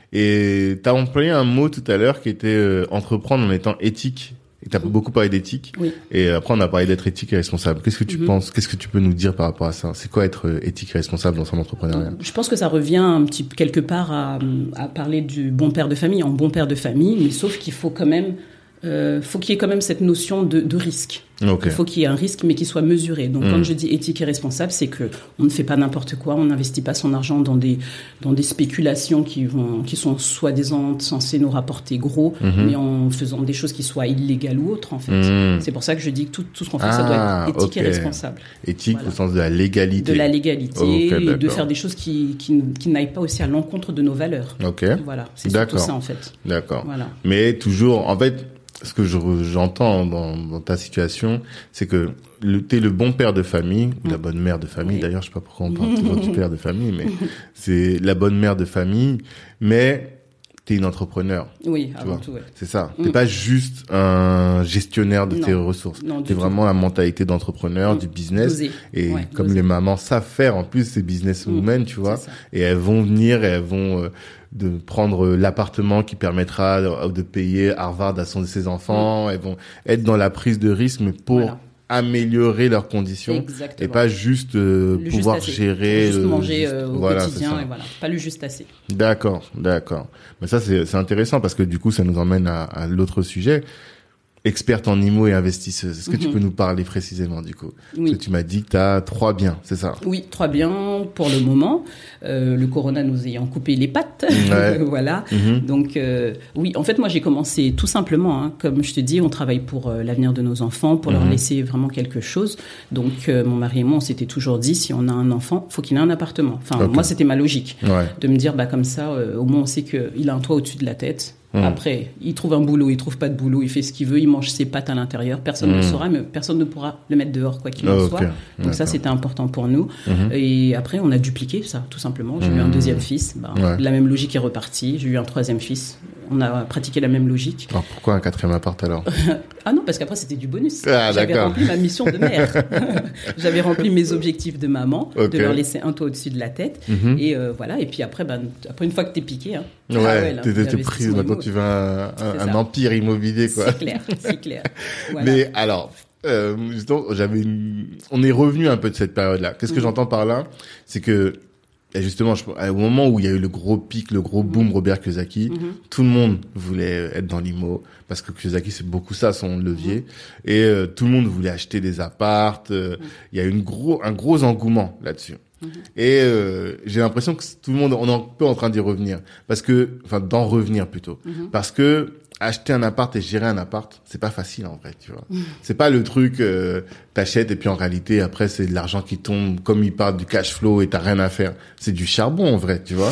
Et tu as employé un mot tout à l'heure qui était euh, entreprendre en étant éthique. Tu as beaucoup parlé d'éthique. Oui. Et après, on a parlé d'être éthique et responsable. Qu'est-ce que tu mm-hmm. penses? Qu'est-ce que tu peux nous dire par rapport à ça? C'est quoi être éthique et responsable dans son entrepreneuriat? Je pense que ça revient un petit quelque part à, à parler du bon père de famille, en bon père de famille, mais sauf qu'il faut quand même, euh, faut qu'il y ait quand même cette notion de, de risque. Okay. Il faut qu'il y ait un risque, mais qu'il soit mesuré. Donc, mmh. quand je dis éthique et responsable, c'est que on ne fait pas n'importe quoi, on n'investit pas son argent dans des dans des spéculations qui vont qui sont soi-disant censées nous rapporter gros, mmh. mais en faisant des choses qui soient illégales ou autres, en fait. Mmh. C'est pour ça que je dis que tout tout ce qu'on fait, ah, ça doit être éthique okay. et responsable. Éthique voilà. Au sens de la légalité. De la légalité okay, et de faire des choses qui qui qui n'aillent pas aussi à l'encontre de nos valeurs. Ok. Voilà, c'est surtout ça en fait. D'accord. Voilà. Mais toujours, en fait. Ce que je, j'entends dans, dans ta situation, c'est que le, t'es le bon père de famille, ou la bonne mère de famille, oui. D'ailleurs, je sais pas pourquoi on parle toujours du père de famille, mais c'est la bonne mère de famille, mais t'es une entrepreneur. Oui, avant tout, ouais. C'est ça. T'es mm. pas juste un gestionnaire de non. tes ressources. Non, t'es vraiment tout. La mentalité d'entrepreneur, mm. du business. Doser. Et ouais, comme doser. Les mamans savent faire, en plus, ces businesswomen, mm. tu vois. Et elles vont venir et elles vont, euh, de prendre l'appartement qui permettra de, de payer Harvard à son, ses enfants. Mmh. Elles vont être dans la prise de risque, mais pour voilà. améliorer leurs conditions. Exactement. Et pas juste euh, pouvoir juste gérer. Juste le, manger juste, euh, au voilà, quotidien. Et voilà. Pas le juste assez. D'accord, d'accord. Mais ça, c'est, c'est intéressant parce que du coup, ça nous emmène à, à l'autre sujet. Experte en I M O et investisseuse. Est-ce que mm-hmm. tu peux nous parler précisément du coup? Oui. Parce que tu m'as dit que tu as trois biens, c'est ça? Oui, trois biens pour le moment. Euh, le corona nous ayant coupé les pattes. Ouais. Voilà. Mm-hmm. Donc euh, oui, en fait moi j'ai commencé tout simplement, hein, comme je te dis, on travaille pour euh, l'avenir de nos enfants, pour mm-hmm. leur laisser vraiment quelque chose. Donc euh, mon mari et moi on s'était toujours dit, si on a un enfant, faut qu'il ait un appartement. Enfin okay. moi c'était ma logique. Ouais. De me dire bah comme ça, euh, au moins on sait qu'il a un toit au-dessus de la tête. Mmh. Après, il trouve un boulot, il trouve pas de boulot, il fait ce qu'il veut, il mange ses pâtes à l'intérieur, personne mmh. ne le saura, mais personne ne pourra le mettre dehors, quoi qu'il en oh, soit. Okay. Donc D'accord. ça, c'était important pour nous. Mmh. Et après, on a dupliqué ça, tout simplement. J'ai mmh. eu un deuxième fils, bah, ouais. la même logique est repartie. J'ai eu un troisième fils, on a pratiqué la même logique. Alors pourquoi un quatrième appart alors? Ah non, parce qu'après, c'était du bonus. Ah, J'avais d'accord. rempli ma mission de mère. J'avais rempli mes objectifs de maman, okay. de leur laisser un toit au-dessus de la tête. Mmh. Et euh, voilà, et puis après, bah, après, une fois que t'es piqué, hein, ouais, ah ouais, là, t'es, t'es prise, maintenant tu veux un, un, un empire immobilier, quoi. C'est clair, c'est clair. Voilà. Mais alors, euh, justement, j'avais une... on est revenu un peu de cette période-là. Qu'est-ce que mmh. j'entends par là? C'est que, justement, je, au moment où il y a eu le gros pic, le gros boom, mmh. Robert Kiyosaki, mmh. tout le monde voulait être dans l'I M O, parce que Kiyosaki, c'est beaucoup ça, son levier. Mmh. Et euh, tout le monde voulait acheter des appartes. Euh, mmh. Il y a eu une gros, un gros engouement là-dessus. Mmh. Et euh, j'ai l'impression que tout le monde, on est un peu en train d'y revenir, parce que, enfin, d'en revenir plutôt, mmh. parce que acheter un appart et gérer un appart, c'est pas facile en vrai, tu vois. Mmh. C'est pas le truc, euh, t'achètes et puis en réalité après c'est de l'argent qui tombe, comme il parle du cash flow et t'as rien à faire. C'est du charbon en vrai, tu vois.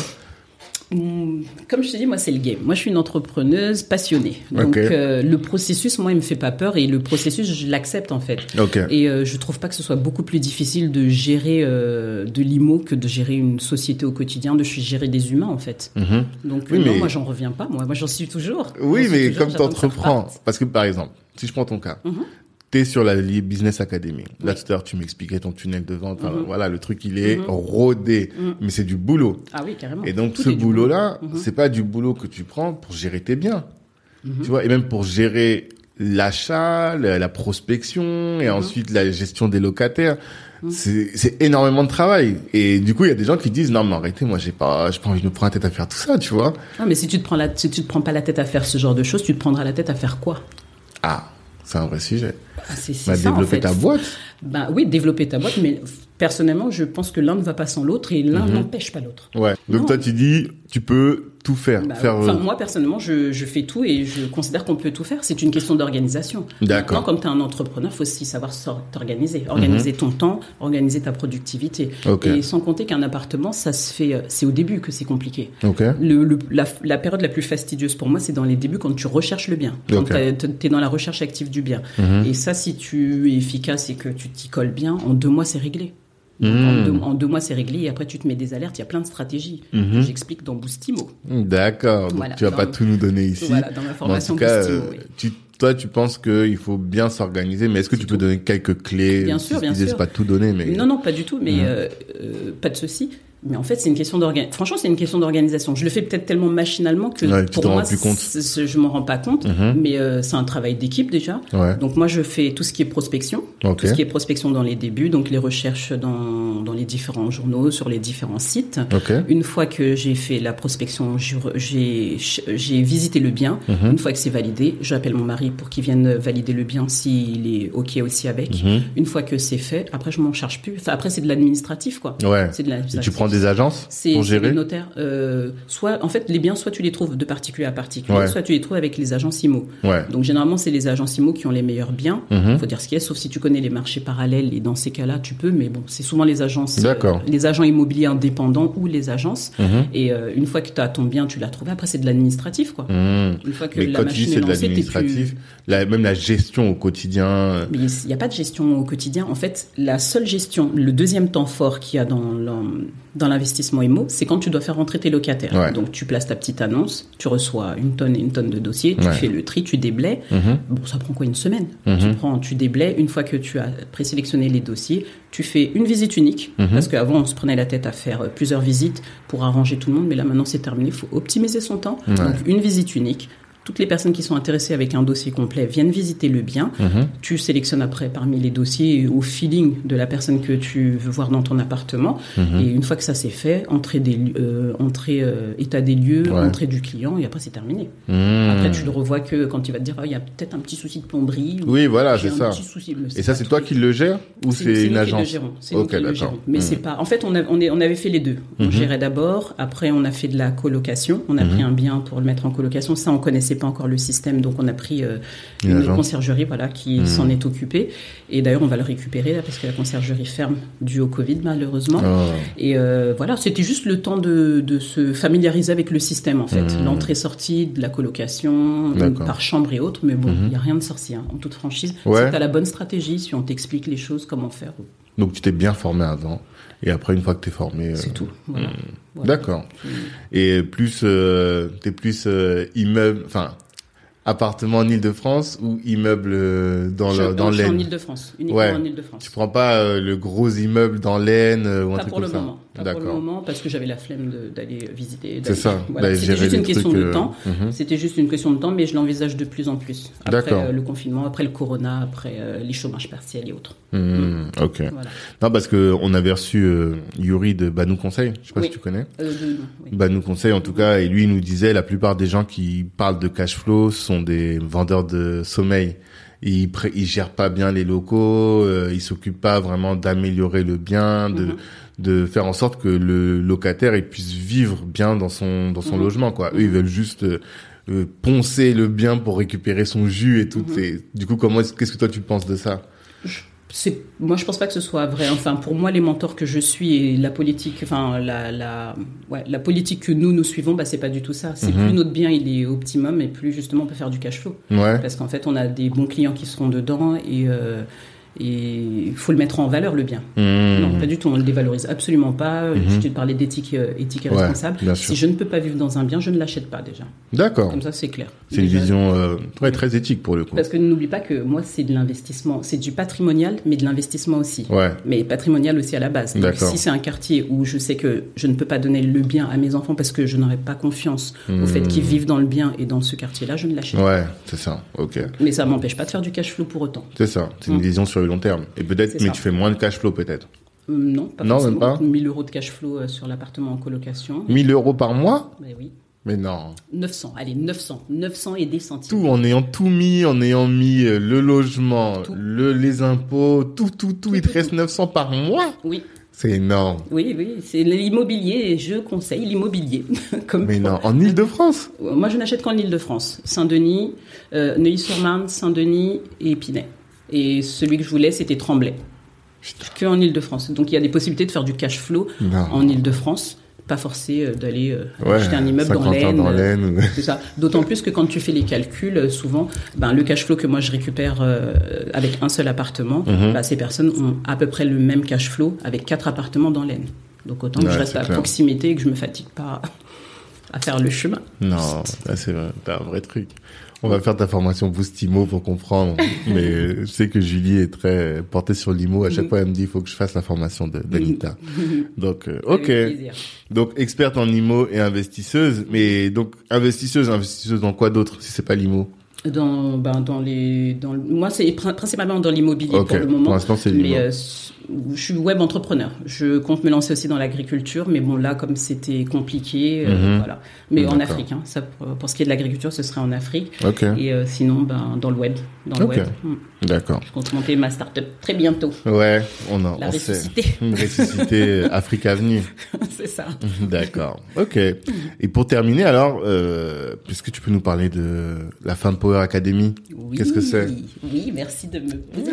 Comme je te dis, moi, c'est le game. Moi, je suis une entrepreneuse passionnée. Donc, okay. euh, le processus, moi, il me fait pas peur et le processus, je l'accepte, en fait. Okay. Et euh, je trouve pas que ce soit beaucoup plus difficile de gérer euh, de l'I M O que de gérer une société au quotidien, de gérer des humains, en fait. Mm-hmm. Donc, oui, euh, non, mais... moi, j'en reviens pas. Moi, moi j'en suis toujours. Oui, j'en mais toujours, comme t'entreprends, parce que, par exemple, si je prends ton cas, mm-hmm. t'es sur la Business Academy. Là, oui. tout à l'heure, tu m'expliquais ton tunnel de vente. Enfin, mm-hmm. voilà, le truc, il est mm-hmm. rodé. Mm-hmm. Mais c'est du boulot. Ah oui, carrément. Et donc, Tout ce boulot-là, boulot. Mm-hmm. c'est pas du boulot que tu prends pour gérer tes biens. Mm-hmm. Tu vois, et même pour gérer l'achat, la, la prospection, et mm-hmm. ensuite la gestion des locataires. Mm-hmm. C'est, c'est énormément de travail. Et du coup, il y a des gens qui disent, non, mais arrêtez, moi, j'ai pas, j'ai pas envie de me prendre la tête à faire tout ça, tu vois. Ah, mais si tu te prends la, si tu te prends pas la tête à faire ce genre de choses, tu te prendras la tête à faire quoi? Ah. C'est un vrai sujet. Ah, c'est, c'est bah, ça, développer en fait. ta boîte. Bah oui, développer ta boîte, mais personnellement, je pense que l'un ne va pas sans l'autre et l'un mm-hmm. n'empêche pas l'autre. Ouais. Donc non. Toi, tu dis, tu peux tout faire. Bah, faire enfin, moi, personnellement, je, je fais tout et je considère qu'on peut tout faire. C'est une question d'organisation. D'accord. Maintenant, comme tu es un entrepreneur, il faut aussi savoir t'organiser. Organiser mm-hmm. ton temps, organiser ta productivité. Okay. Et sans compter qu'un appartement, ça se fait, c'est au début que c'est compliqué. Okay. Le, le, la, la période la plus fastidieuse pour moi, c'est dans les débuts quand tu recherches le bien. Quand okay. tu es dans la recherche active du bien. Mm-hmm. Et ça, si tu es efficace et que tu t'y colles bien, en deux mois, c'est réglé. Donc, mmh. en, deux, en deux mois, c'est réglé et après, tu te mets des alertes. Il y a plein de stratégies mmh. que j'explique dans Boostimo. D'accord. Donc, voilà, tu vas dans, pas tout nous donner ici. Voilà, dans ma formation en tout cas, Boostimo, euh, oui. tu, toi, tu penses qu'il faut bien s'organiser, mais est-ce que c'est tu tout. peux donner quelques clés? Bien sûr, bien sûr. C'est pas tout donner, mais... Non, non, pas du tout, mais mmh. euh, euh, pas de souci. Mais en fait, c'est une question d'organisation. Franchement, c'est une question d'organisation. Je le fais peut-être tellement machinalement que ouais, pour moi, plus compte. je m'en rends pas compte. Mm-hmm. Mais euh, c'est un travail d'équipe déjà. Ouais. Donc moi, je fais tout ce qui est prospection, okay. tout ce qui est prospection dans les débuts, donc les recherches dans dans les différents journaux, sur les différents sites. Okay. Une fois que j'ai fait la prospection, j'ai j'ai visité le bien. Mm-hmm. Une fois que c'est validé, j'appelle mon mari pour qu'il vienne valider le bien s'il est ok aussi avec. Mm-hmm. Une fois que c'est fait, après je m'en charge plus. Enfin après c'est de l'administratif quoi. Ouais. C'est de l'administratif. Et tu prends des agences c'est, pour gérer? C'est les notaires. Euh, soit, en fait, les biens, soit tu les trouves de particulier à particulier, ouais. soit tu les trouves avec les agences I M O. Ouais. Donc, généralement, c'est les agences I M O qui ont les meilleurs biens. Il mm-hmm. faut dire ce qu'il y a, sauf si tu connais les marchés parallèles. Et dans ces cas-là, tu peux. Mais bon, c'est souvent les agences, euh, les agents immobiliers indépendants ou les agences. Mm-hmm. Et euh, une fois que tu as ton bien, tu l'as trouvé. Après, c'est de l'administratif, quoi. Mm. Une fois que mais la quand machine tu dis c'est de l'administratif, plus... la, même la gestion au quotidien. Mais il n'y a pas de gestion au quotidien. En fait, la seule gestion, le deuxième temps fort qu'il y a dans, dans l'investissement I M O, c'est quand tu dois faire rentrer tes locataires. Ouais. Donc, tu places ta petite annonce, tu reçois une tonne et une tonne de dossiers, tu ouais. fais le tri, tu déblaies. Mm-hmm. Bon, ça prend quoi, une semaine? Mm-hmm. Tu prends, tu déblaies. Une fois que tu as présélectionné les dossiers, tu fais une visite unique. Mm-hmm. Parce qu'avant, on se prenait la tête à faire plusieurs visites pour arranger tout le monde. Mais là, maintenant, c'est terminé. Il faut optimiser son temps. Ouais. Donc, une visite unique. Toutes les personnes qui sont intéressées avec un dossier complet viennent visiter le bien. Mm-hmm. Tu sélectionnes après parmi les dossiers au feeling de la personne que tu veux voir dans ton appartement. Mm-hmm. Et une fois que ça c'est fait, entrée, des, euh, entrée euh, état des lieux, ouais. entrée du client, et après c'est terminé. Mm. Après tu le revois que quand il va te dire, il oh, y a peut-être un petit souci de plomberie. Oui, voilà, c'est un ça. Petit souci, et ça, c'est toi qui le gères ou c'est, c'est, c'est une agence? C'est nous qui le gérons. C'est okay, nous qui le gérons. Mais mm. c'est pas. En fait, on, a, on, est, on avait fait les deux. On mm-hmm. gérait d'abord. Après, on a fait de la colocation. On a mm-hmm. pris un bien pour le mettre en colocation. Ça, on connaissait pas encore le système. Donc, on a pris euh, une, une conciergerie voilà, qui mmh. s'en est occupée. Et d'ailleurs, on va le récupérer là, parce que la conciergerie ferme dû au Covid, malheureusement. Oh. Et euh, voilà, c'était juste le temps de, de se familiariser avec le système, en fait. Mmh. L'entrée-sortie, de la colocation, par chambre et autres. Mais bon, il mmh. n'y a rien de sorcier, hein, en toute franchise. Ouais. Si tu as la bonne stratégie, si on t'explique les choses, comment faire. Donc, tu t'es bien formé avant. Et après, une fois que t'es formé... C'est euh, tout. Voilà. Mmh. Voilà. D'accord. Mmh. Et plus... Euh, t'es plus euh, immeuble... Enfin... appartement en Île-de-France ou immeuble dans je, le dans l'Aisne? En Île-de-France, uniquement ouais. en Île-de-France. Tu prends pas euh, le gros immeuble dans l'Aisne euh, ou un pas truc pour comme le ça? Moment. Pas D'accord. pour le moment, parce que j'avais la flemme de, d'aller visiter. D'aller, c'est ça. Voilà. Bah, C'était juste une question trucs, de euh... temps. Mm-hmm. C'était juste une question de temps, mais je l'envisage de plus en plus. Après D'accord. euh, le confinement, après le corona, après euh, les chômages partiels et autres. Mmh, mmh. Ok. Voilà. Non, parce que on avait reçu euh, Yuri de Banou Conseil. Je sais pas oui. si tu connais. Euh, de, oui. Banou Conseil, en tout mmh. cas, et lui il nous disait la plupart des gens qui parlent de cash flow sont des vendeurs de sommeil. Ils pré- ils gèrent pas bien les locaux, euh, ils s'occupent pas vraiment d'améliorer le bien, de mmh. de faire en sorte que le locataire il puisse vivre bien dans son dans son mmh. logement quoi. Eux ils veulent juste euh, euh, poncer le bien pour récupérer son jus et tout. Mm-hmm. Et, du coup, comment, qu'est-ce que toi tu penses de ça? je, c'est, moi, je pense pas que ce soit vrai. Enfin, pour moi, les mentors que je suis et la politique, enfin, la, la, ouais, la politique que nous, nous suivons, bah, c'est pas du tout ça. C'est mm-hmm. plus notre bien, il est optimum et plus, justement, on peut faire du cash flow. Ouais. Parce qu'en fait, on a des bons clients qui seront dedans et, euh, et il faut le mettre en valeur, le bien. Mmh. Non, pas du tout, on le dévalorise absolument pas. Mmh. Je te parlais d'éthique, euh, éthique et ouais, responsable. Si je ne peux pas vivre dans un bien, je ne l'achète pas déjà. D'accord. Comme ça, c'est clair. C'est déjà, une vision euh, très, très éthique pour le coup. Parce que n'oublie pas que moi, c'est de l'investissement. C'est du patrimonial, mais de l'investissement aussi. Ouais. Mais patrimonial aussi à la base. Donc, si c'est un quartier où je sais que je ne peux pas donner le bien à mes enfants parce que je n'aurais pas confiance mmh. au fait qu'ils vivent dans le bien et dans ce quartier-là, je ne l'achète pas. Ouais, c'est ça. Ok. Mais ça m'empêche pas de faire du cash flow pour autant. C'est ça. C'est une mmh. vision sur le long terme. Et peut-être c'est mais ça. tu fais moins de cash flow peut-être. Euh, non, pas non, forcément. Même pas. mille euros de cash flow euh, sur l'appartement en colocation. mille euros par mois? Mais oui. Mais non. neuf cents, allez, neuf cents. neuf cents et des centimes. Tout, en ayant tout mis, en ayant mis euh, le logement, le, les impôts, tout, tout, tout, tout il te reste neuf cents par mois? Oui. C'est énorme. Oui, oui, c'est l'immobilier et je conseille l'immobilier. Comme Mais non, en Île-de-France? Moi, je n'achète qu'en Île-de-France. Saint-Denis, euh, Neuilly-sur-Marne, Saint-Denis et Épinay. Et celui que je voulais, c'était Tremblay. Que en Île-de-France. Donc, il y a des possibilités de faire du cash flow non. en Île-de-France. Pas forcé d'aller euh, ouais, acheter un immeuble dans l'Aisne. Dans l'Aisne. C'est ça. D'autant plus que quand tu fais les calculs, souvent, ben, le cash flow que moi je récupère euh, avec un seul appartement, mm-hmm. ben, ces personnes ont à peu près le même cash flow avec quatre appartements dans l'Aisne. Donc autant ouais, que je reste à clair. Proximité et que je me fatigue pas à faire le chemin. Non, là, c'est vrai. T'as un vrai truc. On va faire ta formation Boost Imo pour comprendre. Mais je sais que Julie est très portée sur l'Imo. À chaque fois, elle me dit, il faut que je fasse la formation de, d'Anita. Donc, euh, ok. Donc, experte en Imo et investisseuse. Mais donc, investisseuse, investisseuse dans quoi d'autre, si c'est pas l'Imo? Dans, ben, dans les, dans le, moi, c'est principalement dans l'immobilier okay. pour le moment. Pour l'instant, c'est l'Imo. Mais, euh, je suis web entrepreneur. Je compte me lancer aussi dans l'agriculture, mais bon, là, comme c'était compliqué, euh, mm-hmm. voilà. Mais D'accord. en Afrique, hein, ça, pour, pour ce qui est de l'agriculture, ce serait en Afrique. Okay. Et euh, sinon, ben, dans le web. Dans le okay. web. Mm. D'accord. Je compte monter ma start-up très bientôt. Ouais, on a, La on ressuscité. Sait. Une ressuscité Afrique Avenue. C'est ça. D'accord. Ok. Et pour terminer, alors, euh, puisque tu peux nous parler de la Femme Power Academy. Oui, qu'est-ce que c'est? Oui, merci de me poser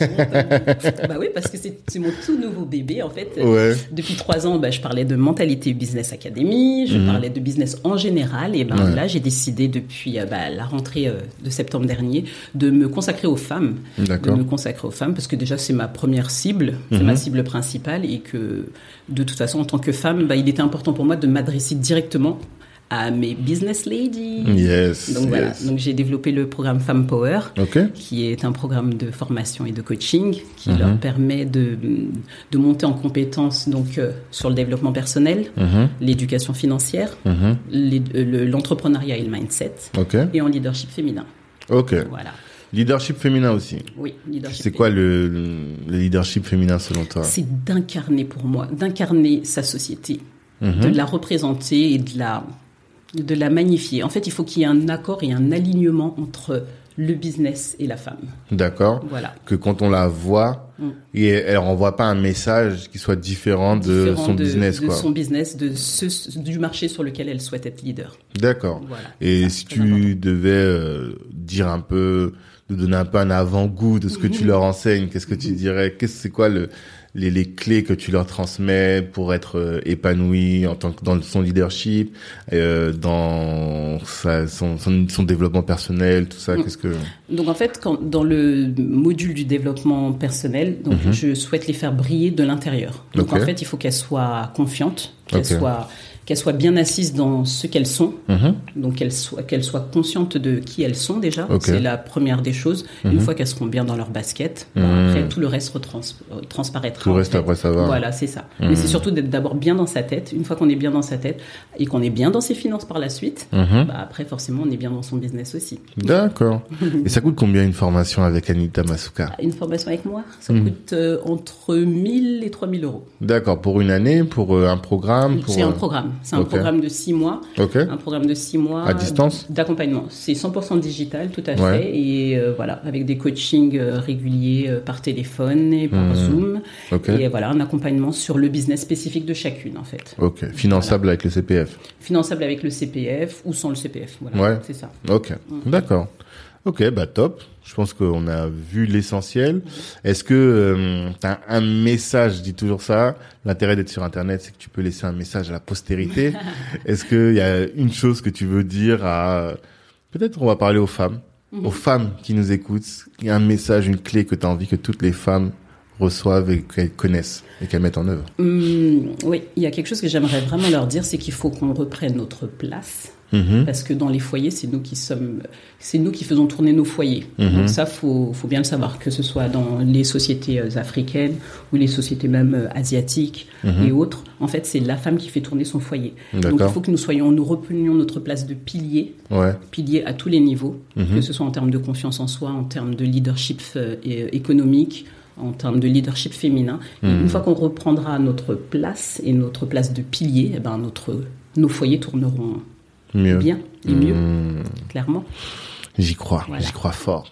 la question. Bah oui, parce que c'est, c'est mon tout nouveau bébé, en fait. Ouais. Depuis trois ans, bah, je parlais de Mentalité Business Academy, je mmh. parlais de business en général, et ben ouais. là, j'ai décidé depuis bah, la rentrée de septembre dernier de me consacrer aux femmes. D'accord. De me consacrer aux femmes, parce que déjà, c'est ma première cible, c'est mmh. ma cible principale, et que de toute façon, en tant que femme, bah, il était important pour moi de m'adresser directement à mes business ladies. Yes. Donc voilà. Yes. Donc j'ai développé le programme Femme Power, okay. qui est un programme de formation et de coaching qui mm-hmm. leur permet de de monter en compétences donc euh, sur le développement personnel, mm-hmm. l'éducation financière, mm-hmm. les, euh, le, l'entrepreneuriat et le mindset, okay. et en leadership féminin. Ok. Voilà. Leadership féminin aussi. Oui, leadership. C'est quoi le, le leadership féminin selon toi? C'est d'incarner pour moi, d'incarner sa société, mm-hmm. de la représenter et de la de la magnifier. En fait, il faut qu'il y ait un accord et un alignement entre le business et la femme. D'accord. Voilà. Que quand on la voit, mm. et elle renvoie pas un message qui soit différent, différent de son de, business, de quoi. De son business, de ce, du marché sur lequel elle souhaite être leader. D'accord. Voilà. Et si tu important. devais euh, dire un peu, de donner un peu un avant-goût de ce que mm-hmm. tu leur enseignes, qu'est-ce que mm-hmm. tu dirais? Qu'est-ce c'est quoi le Les, les clés que tu leur transmets pour être euh, épanoui en tant que dans son leadership, euh, dans sa, son, son son développement personnel, tout ça. Mmh. Qu'est-ce que donc en fait, quand, dans le module du développement personnel, donc mmh. je souhaite les faire briller de l'intérieur. Donc okay. en fait, il faut qu'elles soient confiantes, qu'elles okay. soient qu'elles soient bien assises dans ce qu'elles sont, mm-hmm. donc qu'elles soient, qu'elles soient conscientes de qui elles sont déjà, okay. c'est la première des choses. Mm-hmm. Une fois qu'elles seront bien dans leur basket, mm-hmm. bah, après tout le reste retrans, transparaîtra. Tout le reste après ça va. Voilà, c'est ça. Mm-hmm. Mais c'est surtout d'être d'abord bien dans sa tête. Une fois qu'on est bien dans sa tête et qu'on est bien dans ses finances par la suite, mm-hmm. bah, après forcément on est bien dans son business aussi. D'accord. Et ça coûte combien une formation avec Anita Masuka? Une formation avec moi, ça mm-hmm. coûte euh, entre mille et trois mille euros. D'accord. Pour une année, pour euh, un programme pour, C'est un programme. C'est un okay. programme de six mois. Okay. Un programme de six mois. À distance? D'accompagnement. C'est cent pour cent digital, tout à ouais. fait. Et euh, voilà, avec des coachings euh, réguliers euh, par téléphone et par mmh. Zoom. Okay. Et voilà, un accompagnement sur le business spécifique de chacune, en fait. Ok. Finançable voilà. avec le C P F? Finançable avec le C P F ou sans le C P F. Voilà. Ouais. C'est ça. Ok. Mmh. D'accord. Ok, bah top. Je pense qu'on a vu l'essentiel. Est-ce que euh, tu as un message, je dis toujours ça, l'intérêt d'être sur Internet, c'est que tu peux laisser un message à la postérité. Est-ce qu'il y a une chose que tu veux dire à... Peut-être on va parler aux femmes, mm-hmm. aux femmes qui nous écoutent. Il y a un message, une clé que tu as envie que toutes les femmes reçoivent et qu'elles connaissent et qu'elles mettent en œuvre. Mmh, oui, il y a quelque chose que j'aimerais vraiment leur dire, c'est qu'il faut qu'on reprenne notre place. Mmh. Parce que dans les foyers, c'est nous qui sommes, c'est nous qui faisons tourner nos foyers. Mmh. Donc ça, faut, faut bien le savoir, que ce soit dans les sociétés africaines ou les sociétés même asiatiques mmh. et autres. En fait, c'est la femme qui fait tourner son foyer. D'accord. Donc il faut que nous soyons, nous reprenions notre place de pilier, ouais. pilier à tous les niveaux, mmh. que ce soit en termes de confiance en soi, en termes de leadership euh, économique, en termes de leadership féminin. Mmh. Et une fois qu'on reprendra notre place et notre place de pilier, eh ben notre, nos foyers tourneront mieux. bien et mieux, mmh. clairement. J'y crois, voilà. j'y crois fort.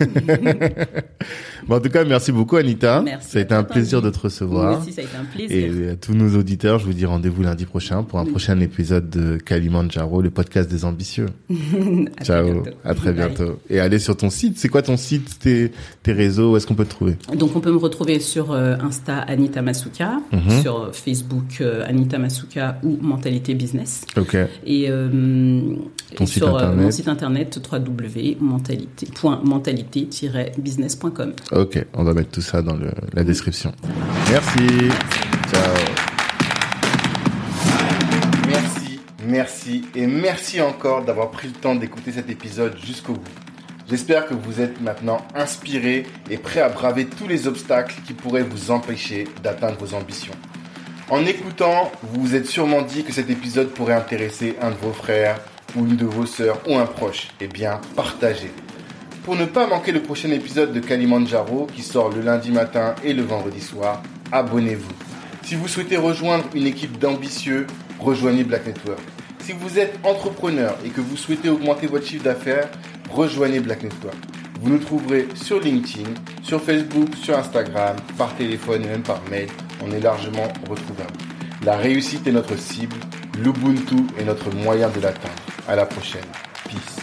Bon, en tout cas, merci beaucoup, Anita. Merci. Ça a été un plaisir de te recevoir. Moi aussi, ça a été un plaisir. Et à tous nos auditeurs, je vous dis rendez-vous lundi prochain pour un oui. prochain épisode de Kalimandjaro, le podcast des ambitieux. à Ciao, très à très bientôt. Bye. Et allez sur ton site. C'est quoi ton site, tes, tes réseaux? Où est-ce qu'on peut te trouver? Donc, on peut me retrouver sur euh, Insta Anita Masuka, mm-hmm. sur Facebook euh, Anita Masuka ou Mentalité Business. Ok. Et, euh, ton et site sur internet. Euh, mon site internet w w w point mentalité point mentalité tiret business point com. Ok, on va mettre tout ça dans le, la description. Merci. Ciao. Merci, merci et merci encore d'avoir pris le temps d'écouter cet épisode jusqu'au bout. J'espère que vous êtes maintenant inspirés et prêts à braver tous les obstacles qui pourraient vous empêcher d'atteindre vos ambitions. En écoutant, vous vous êtes sûrement dit que cet épisode pourrait intéresser un de vos frères ou une de vos sœurs ou un proche. Eh bien, partagez. Pour ne pas manquer le prochain épisode de Kalimandjaro qui sort le lundi matin et le vendredi soir, abonnez-vous. Si vous souhaitez rejoindre une équipe d'ambitieux, rejoignez Black Network. Si vous êtes entrepreneur et que vous souhaitez augmenter votre chiffre d'affaires, rejoignez Black Network. Vous nous trouverez sur LinkedIn, sur Facebook, sur Instagram, par téléphone et même par mail. On est largement retrouvable. La réussite est notre cible, l'Ubuntu est notre moyen de l'atteindre. À la prochaine. Peace.